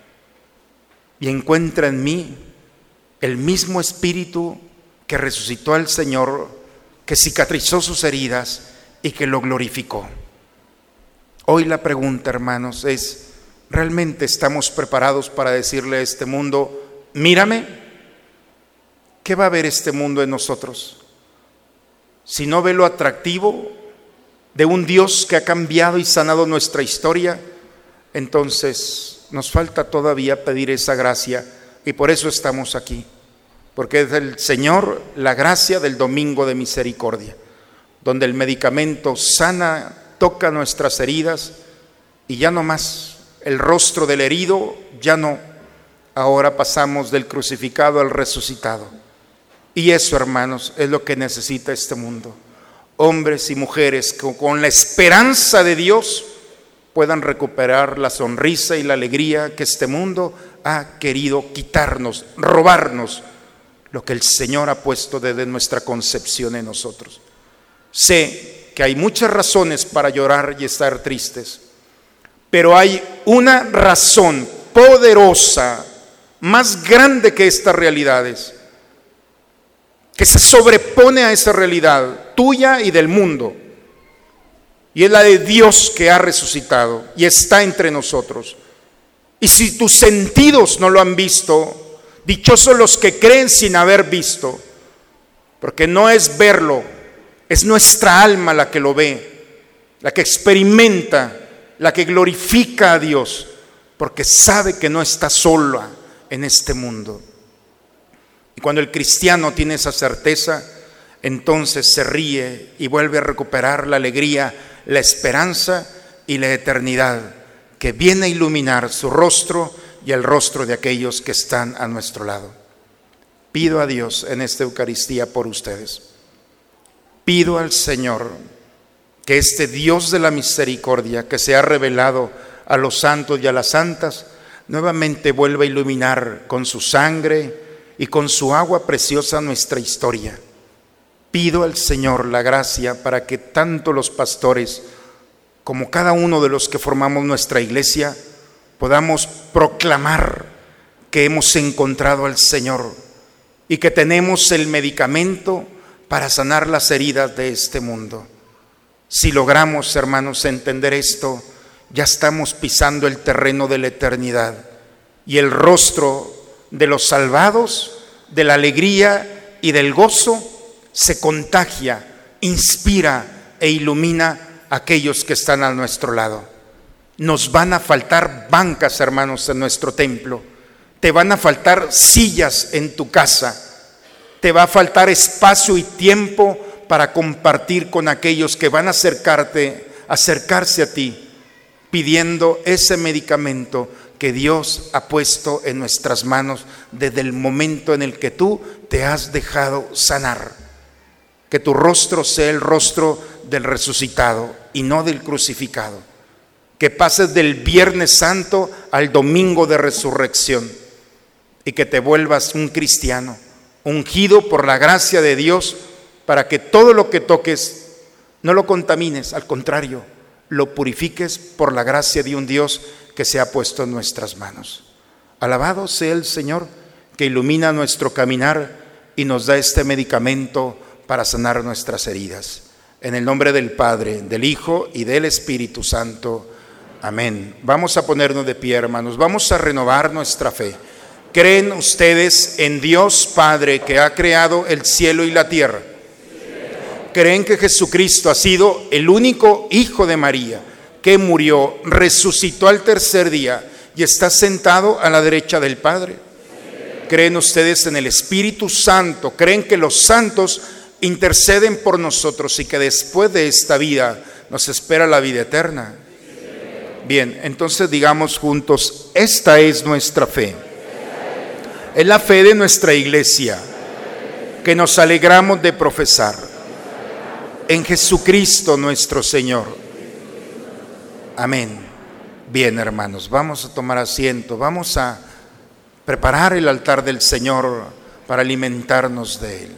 y encuentra en mí el mismo espíritu que resucitó al Señor, que cicatrizó sus heridas y que lo glorificó. Hoy la pregunta, hermanos, es, ¿realmente estamos preparados para decirle a este mundo, mírame? ¿Qué va a ver este mundo en nosotros? Si no ve lo atractivo de un Dios que ha cambiado y sanado nuestra historia, entonces nos falta todavía pedir esa gracia y por eso estamos aquí. Porque es del Señor la gracia del domingo de misericordia, donde el medicamento sana, toca nuestras heridas y ya no más. El rostro del herido ya no. Ahora pasamos del crucificado al resucitado. Y eso, hermanos, es lo que necesita este mundo. Hombres y mujeres que con la esperanza de Dios puedan recuperar la sonrisa y la alegría que este mundo ha querido quitarnos, robarnos, lo que el Señor ha puesto desde nuestra concepción en nosotros. Sé que hay muchas razones para llorar y estar tristes, pero hay una razón poderosa, más grande que estas realidades, que se sobrepone a esa realidad tuya y del mundo, y es la de Dios que ha resucitado y está entre nosotros. Y si tus sentidos no lo han visto, dichosos los que creen sin haber visto, porque no es verlo, es nuestra alma la que lo ve, la que experimenta, la que glorifica a Dios, porque sabe que no está sola en este mundo. Y cuando el cristiano tiene esa certeza, entonces se ríe y vuelve a recuperar la alegría, la esperanza y la eternidad que viene a iluminar su rostro y el rostro de aquellos que están a nuestro lado. Pido a Dios en esta Eucaristía por ustedes. Pido al Señor que este Dios de la misericordia que se ha revelado a los santos y a las santas, nuevamente vuelva a iluminar con su sangre y con su agua preciosa nuestra historia. Pido al Señor la gracia para que tanto los pastores como cada uno de los que formamos nuestra iglesia podamos proclamar que hemos encontrado al Señor y que tenemos el medicamento para sanar las heridas de este mundo. Si logramos, hermanos, entender esto, ya estamos pisando el terreno de la eternidad y el rostro de los salvados, de la alegría y del gozo se contagia, inspira e ilumina a aquellos que están a nuestro lado. Nos van a faltar bancas, hermanos, en nuestro templo. Te van a faltar sillas en tu casa. Te va a faltar espacio y tiempo para compartir con aquellos que van a acercarse a ti, pidiendo ese medicamento que Dios ha puesto en nuestras manos desde el momento en el que tú te has dejado sanar. Que tu rostro sea el rostro del resucitado y no del crucificado. Que pases del Viernes Santo al Domingo de Resurrección y que te vuelvas un cristiano ungido por la gracia de Dios, para que todo lo que toques no lo contamines, al contrario, lo purifiques por la gracia de un Dios que se ha puesto en nuestras manos. Alabado sea el Señor que ilumina nuestro caminar y nos da este medicamento para sanar nuestras heridas. En el nombre del Padre, del Hijo y del Espíritu Santo. Amén. Vamos a ponernos de pie, hermanos. Vamos a renovar nuestra fe. ¿Creen ustedes en Dios Padre que ha creado el cielo y la tierra? creen que Jesucristo ha sido el único Hijo de María, que murió, resucitó al tercer día y está sentado a la derecha del Padre. ¿Creen ustedes en el Espíritu Santo? ¿Creen que los santos interceden por nosotros y que después de esta vida nos espera la vida eterna? Bien, entonces digamos juntos, esta es nuestra fe. Es la fe de nuestra iglesia, que nos alegramos de profesar en Jesucristo nuestro Señor. Amén. Bien, hermanos, vamos a tomar asiento, vamos a preparar el altar del Señor para alimentarnos de Él.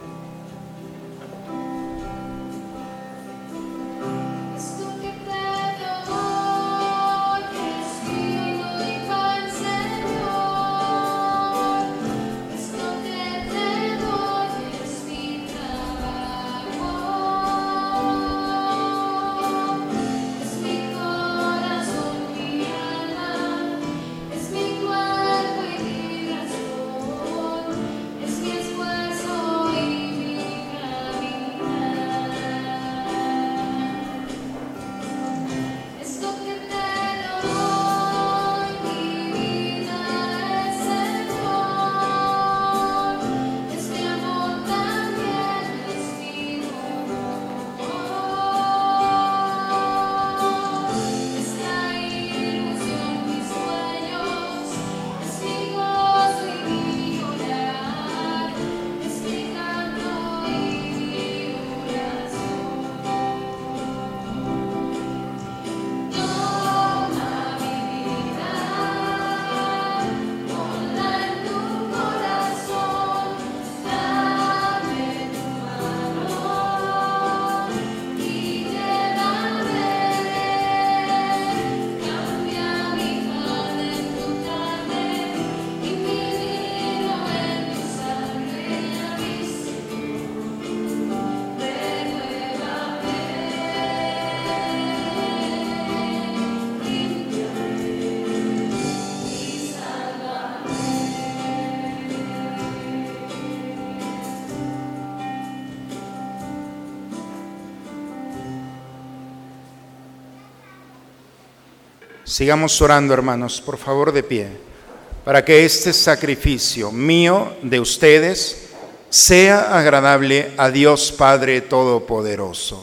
Sigamos orando, hermanos, por favor, de pie, para que este sacrificio mío de ustedes sea agradable a Dios Padre Todopoderoso.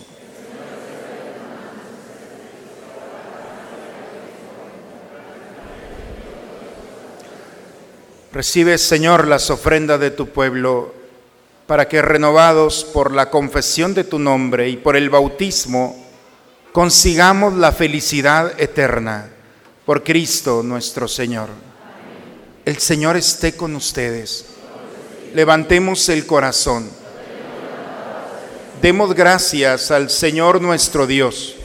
Recibe, Señor, las ofrendas de tu pueblo, para que, renovados por la confesión de tu nombre y por el bautismo, consigamos la felicidad eterna. Por Cristo nuestro Señor. El Señor esté con ustedes. Levantemos el corazón. Demos gracias al Señor nuestro Dios.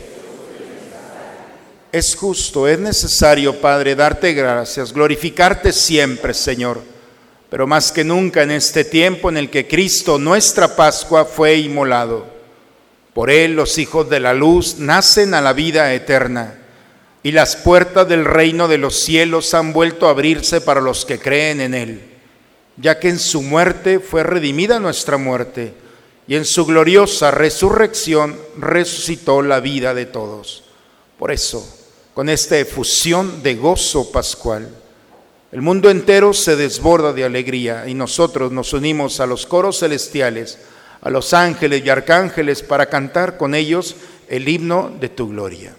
Es justo, es necesario, Padre, darte gracias, glorificarte siempre, Señor, pero más que nunca en este tiempo en el que Cristo, nuestra Pascua, fue inmolado. Por Él los hijos de la luz nacen a la vida eterna, y las puertas del reino de los cielos han vuelto a abrirse para los que creen en Él, ya que en su muerte fue redimida nuestra muerte, y en su gloriosa resurrección resucitó la vida de todos. Por eso, con esta efusión de gozo pascual, el mundo entero se desborda de alegría, y nosotros nos unimos a los coros celestiales, a los ángeles y arcángeles, para cantar con ellos el himno de tu gloria.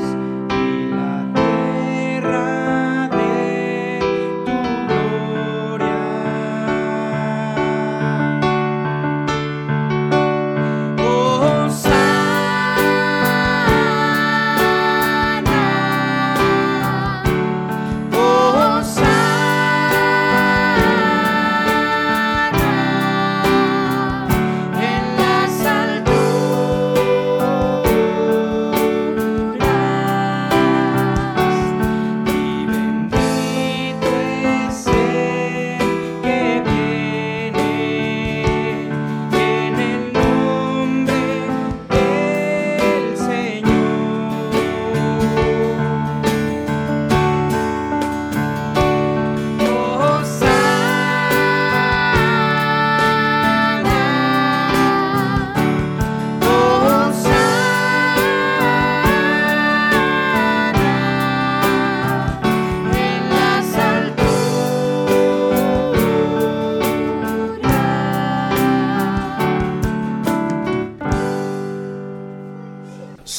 Gloria.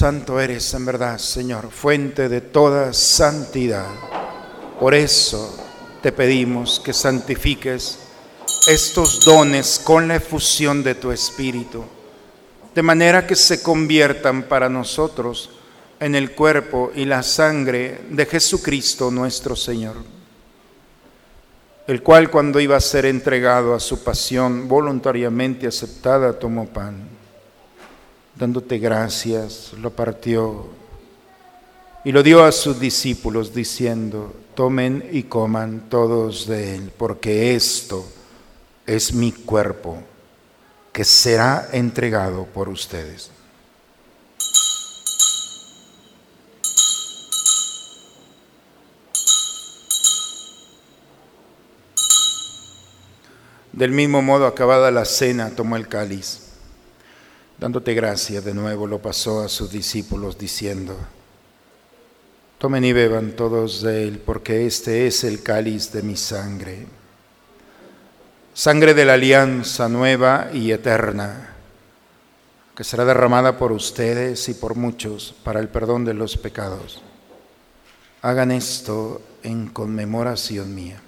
Santo eres en verdad, Señor, fuente de toda santidad. Por eso te pedimos que santifiques estos dones con la efusión de tu Espíritu, de manera que se conviertan para nosotros en el cuerpo y la sangre de Jesucristo nuestro Señor, el cual, cuando iba a ser entregado a su pasión voluntariamente aceptada, tomó pan, dándote gracias, lo partió y lo dio a sus discípulos, diciendo: tomen y coman todos de él, porque esto es mi cuerpo, que será entregado por ustedes. Del mismo modo, acabada la cena, tomó el cáliz, dándote gracias, de nuevo lo pasó a sus discípulos, diciendo: tomen y beban todos de él, porque este es el cáliz de mi sangre, sangre de la alianza nueva y eterna, que será derramada por ustedes y por muchos para el perdón de los pecados. Hagan esto en conmemoración mía.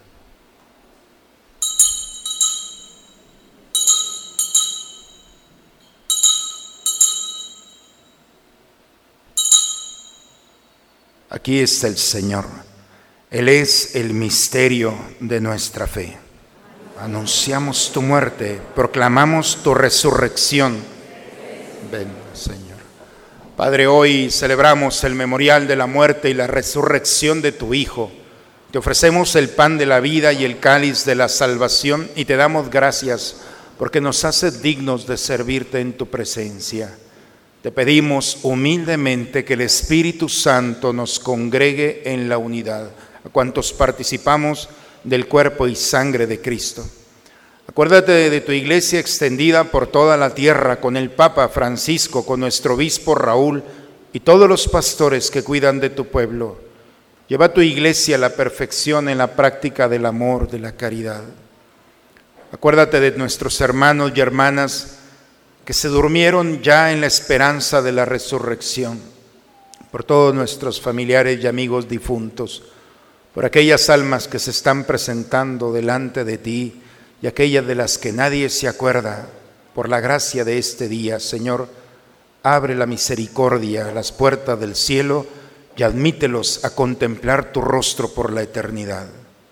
Aquí está el Señor. Él es el misterio de nuestra fe. Anunciamos tu muerte, proclamamos tu resurrección. Ven, Señor. Padre, hoy celebramos el memorial de la muerte y la resurrección de tu Hijo. Te ofrecemos el pan de la vida y el cáliz de la salvación y te damos gracias porque nos haces dignos de servirte en tu presencia. Te pedimos humildemente que el Espíritu Santo nos congregue en la unidad, a cuantos participamos del cuerpo y sangre de Cristo. Acuérdate de tu iglesia extendida por toda la tierra, con el Papa Francisco, con nuestro obispo Raúl y todos los pastores que cuidan de tu pueblo. Lleva a tu iglesia a la perfección en la práctica del amor, de la caridad. Acuérdate de nuestros hermanos y hermanas que se durmieron ya en la esperanza de la resurrección, por todos nuestros familiares y amigos difuntos, por aquellas almas que se están presentando delante de ti y aquellas de las que nadie se acuerda. Por la gracia de este día, Señor, abre la misericordia a las puertas del cielo y admítelos a contemplar tu rostro por la eternidad.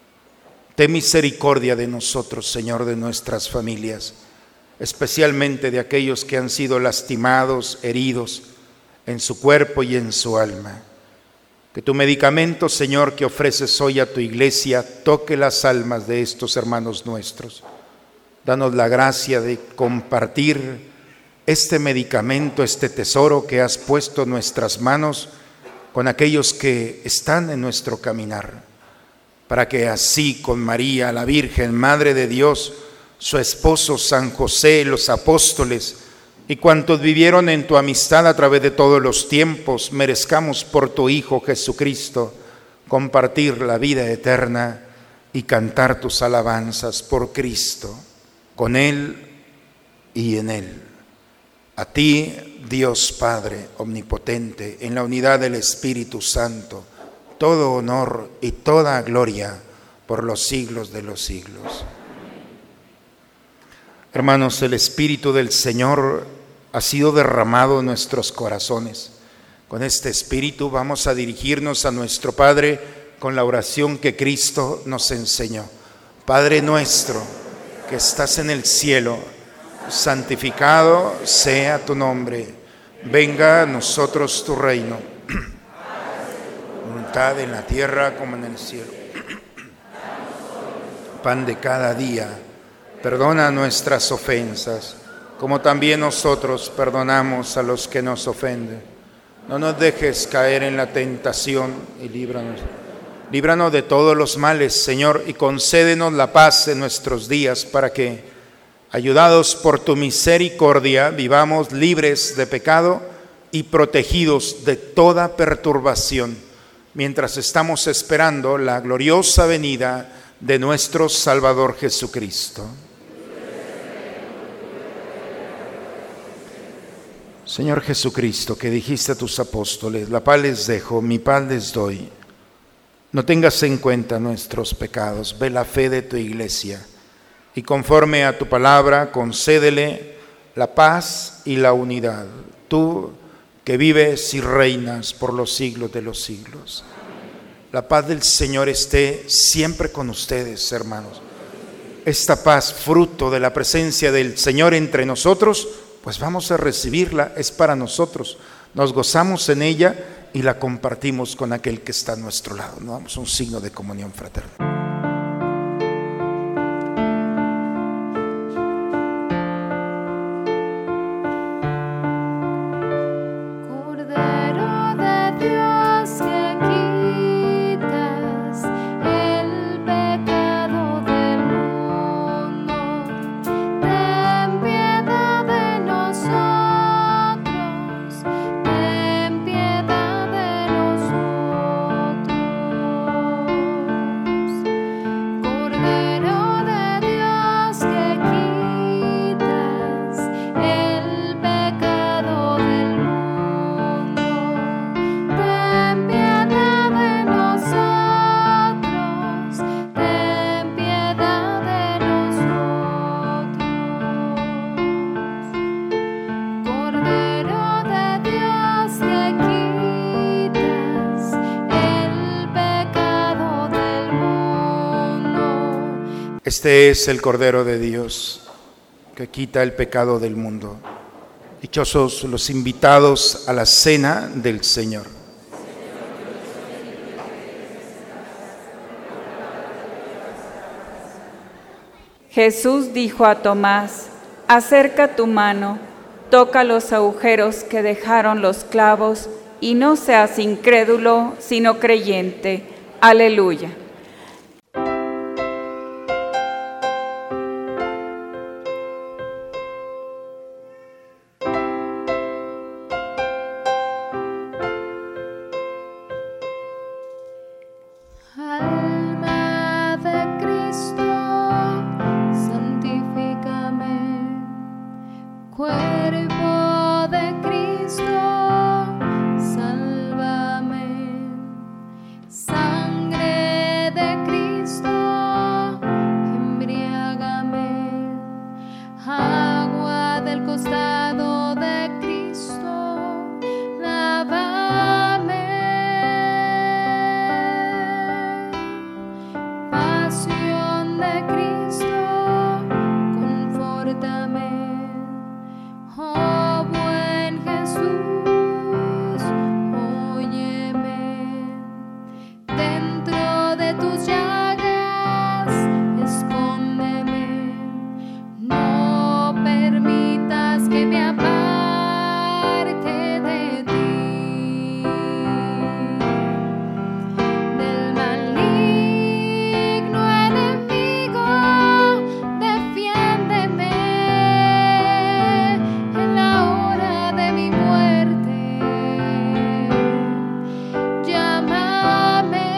Ten misericordia de nosotros, Señor, de nuestras familias, especialmente de aquellos que han sido lastimados, heridos en su cuerpo y en su alma. Que tu medicamento, Señor, que ofreces hoy a tu iglesia, toque las almas de estos hermanos nuestros. Danos la gracia de compartir este medicamento, este tesoro que has puesto en nuestras manos con aquellos que están en nuestro caminar, para que así con María, la Virgen, Madre de Dios, su esposo San José, los apóstoles y cuantos vivieron en tu amistad a través de todos los tiempos, merezcamos por tu Hijo Jesucristo compartir la vida eterna y cantar tus alabanzas por Cristo, con Él y en Él. A ti, Dios Padre omnipotente, en la unidad del Espíritu Santo, todo honor y toda gloria por los siglos de los siglos. Hermanos, el Espíritu del Señor ha sido derramado en nuestros corazones. Con este Espíritu vamos a dirigirnos a nuestro Padre con la oración que Cristo nos enseñó. Padre nuestro, que estás en el cielo, santificado sea tu nombre. Venga a nosotros tu reino. Voluntad en la tierra como en el cielo. Pan de cada día. Perdona nuestras ofensas, como también nosotros perdonamos a los que nos ofenden. No nos dejes caer en la tentación y líbranos. Líbranos de todos los males, Señor, y concédenos la paz en nuestros días, para que, ayudados por tu misericordia, vivamos libres de pecado y protegidos de toda perturbación, mientras estamos esperando la gloriosa venida de nuestro Salvador Jesucristo. Señor Jesucristo, que dijiste a tus apóstoles, la paz les dejo, mi paz les doy. No tengas en cuenta nuestros pecados, ve la fe de tu iglesia y conforme a tu palabra concédele la paz y la unidad. Tú que vives y reinas por los siglos de los siglos. La paz del Señor esté siempre con ustedes, hermanos. Esta paz, fruto de la presencia del Señor entre nosotros, pues vamos a recibirla, es para nosotros. Nos gozamos en ella y la compartimos con aquel que está a nuestro lado. Nos damos un signo de comunión fraterna. Este es el Cordero de Dios que quita el pecado del mundo. Dichosos los invitados a la cena del Señor. Jesús dijo a Tomás: acerca tu mano, toca los agujeros que dejaron los clavos y no seas incrédulo, sino creyente. Aleluya. Alma de Cristo, santifícame. Cuerpo de Cristo, sálvame. Sangre de Cristo, embriágame. Agua del costado de Cristo, lávame. Pasión de Cristo, confórtame. Oh buen Jesús, óyeme. Dentro de tus llagas, escóndeme. No permitas que me aparte de ti. Del maligno enemigo, defiéndeme en la hora de mi muerte. Llámame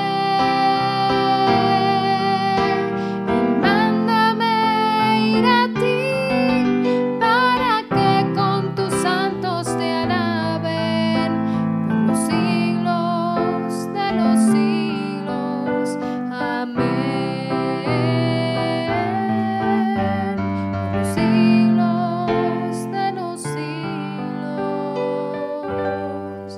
y mándame ir a ti, para que con tus santos te alaben por los siglos de los siglos. Amén. Por los siglos de los siglos.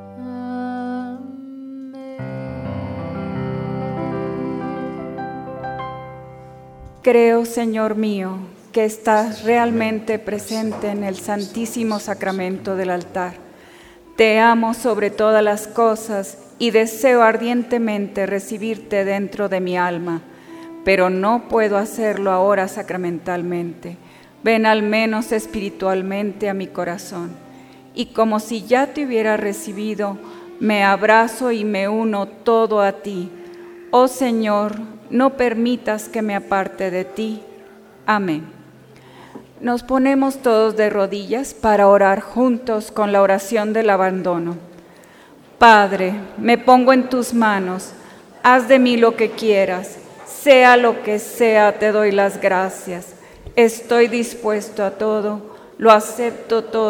Amén. Creo, Señor mío, que estás realmente presente en el Santísimo Sacramento del altar. Te amo sobre todas las cosas y deseo ardientemente recibirte dentro de mi alma, pero no puedo hacerlo ahora sacramentalmente. Ven al menos espiritualmente a mi corazón, y como si ya te hubiera recibido, me abrazo y me uno todo a ti. Oh Señor, no permitas que me aparte de ti. Amén. Nos ponemos todos de rodillas para orar juntos con la oración del abandono. Padre, me pongo en tus manos, haz de mí lo que quieras, sea lo que sea, te doy las gracias. Estoy dispuesto a todo, lo acepto todo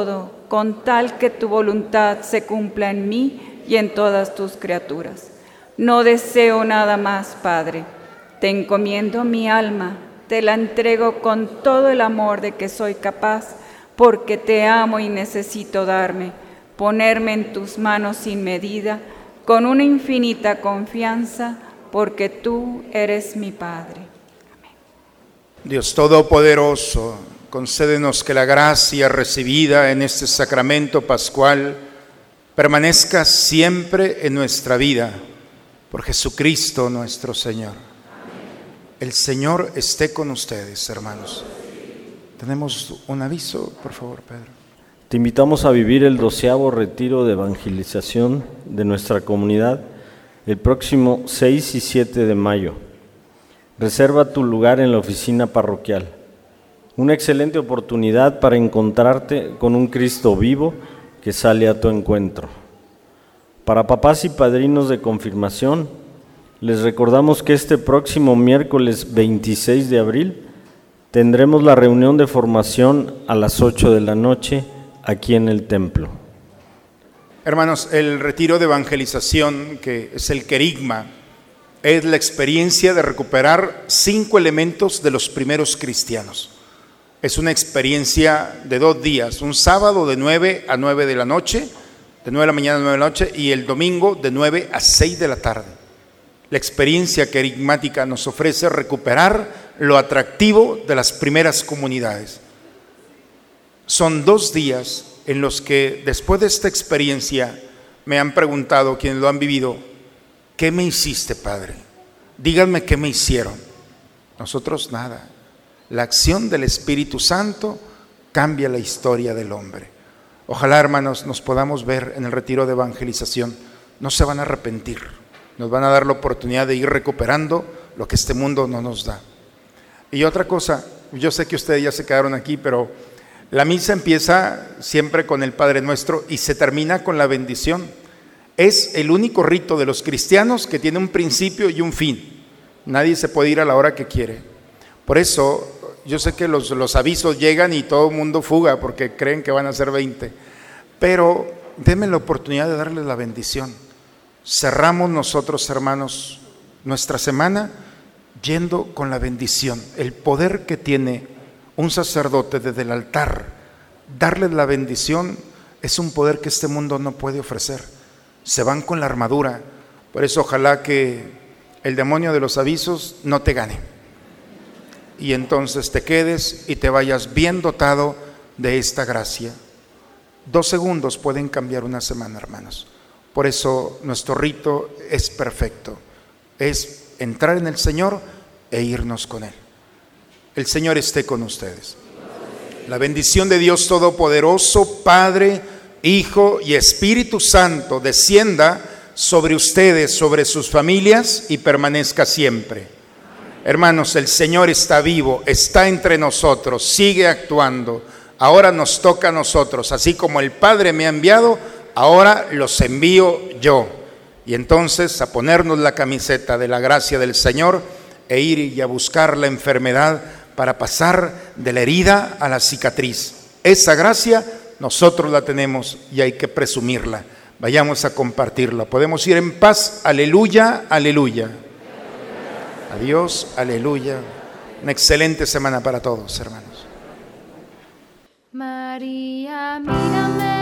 con tal que tu voluntad se cumpla en mí y en todas tus criaturas. No deseo nada más, Padre. Te encomiendo mi alma, te la entrego con todo el amor de que soy capaz, porque te amo y necesito ponerme en tus manos sin medida, con una infinita confianza, porque tú eres mi Padre. Amén. Dios Todopoderoso, concédenos que la gracia recibida en este sacramento pascual permanezca siempre en nuestra vida, por Jesucristo nuestro Señor. El Señor esté con ustedes, hermanos. Tenemos un aviso, por favor, Pedro. Te invitamos a vivir el 12º retiro de evangelización de nuestra comunidad el próximo 6 y 7 de mayo. Reserva tu lugar en la oficina parroquial. Una excelente oportunidad para encontrarte con un Cristo vivo que sale a tu encuentro. Para papás y padrinos de confirmación, les recordamos que este próximo miércoles 26 de abril tendremos la reunión de formación a las 8 de la noche aquí en el templo. Hermanos, el retiro de evangelización, que es el querigma, es la experiencia de recuperar 5 elementos de los primeros cristianos. Es una experiencia de 2 días, un sábado de 9 a 9 de la noche, de 9 de la mañana a 9 de la noche, y el domingo de 9 a 6 de la tarde. La experiencia querigmática nos ofrece recuperar lo atractivo de las primeras comunidades. Son 2 días en los que después de esta experiencia me han preguntado quienes lo han vivido: ¿qué me hiciste, Padre? Díganme qué me hicieron. Nosotros nada. La acción del Espíritu Santo cambia la historia del hombre. Ojalá, hermanos, nos podamos ver en el retiro de evangelización. No se van a arrepentir. Nos van a dar la oportunidad de ir recuperando lo que este mundo no nos da. Y otra cosa, yo sé que ustedes ya se quedaron aquí, pero la misa empieza siempre con el Padre Nuestro y se termina con la bendición. Es el único rito de los cristianos que tiene un principio y un fin. Nadie se puede ir a la hora que quiere. Por eso, yo sé que los avisos llegan y todo el mundo fuga porque creen que van a ser 20. Pero denme la oportunidad de darles la bendición. Cerramos nosotros, hermanos, nuestra semana yendo con la bendición. El poder que tiene un sacerdote desde el altar, darles la bendición, es un poder que este mundo no puede ofrecer. Se van con la armadura. Por eso ojalá que el demonio de los avisos no te gane. Y entonces te quedes y te vayas bien dotado de esta gracia. 2 segundos pueden cambiar una semana, hermanos. Por eso nuestro rito es perfecto. Es entrar en el Señor e irnos con Él. El Señor esté con ustedes. La bendición de Dios Todopoderoso, Padre, Hijo y Espíritu Santo, descienda sobre ustedes, sobre sus familias y permanezca siempre. Hermanos, el Señor está vivo, está entre nosotros, sigue actuando. Ahora nos toca a nosotros, así como el Padre me ha enviado, ahora los envío yo. Y entonces a ponernos la camiseta de la gracia del Señor e ir y a buscar la enfermedad para pasar de la herida a la cicatriz. Esa gracia nosotros la tenemos y hay que presumirla. Vayamos a compartirla. Podemos ir en paz. Aleluya, aleluya. Adiós, aleluya. Una excelente semana para todos, hermanos. María, mírame.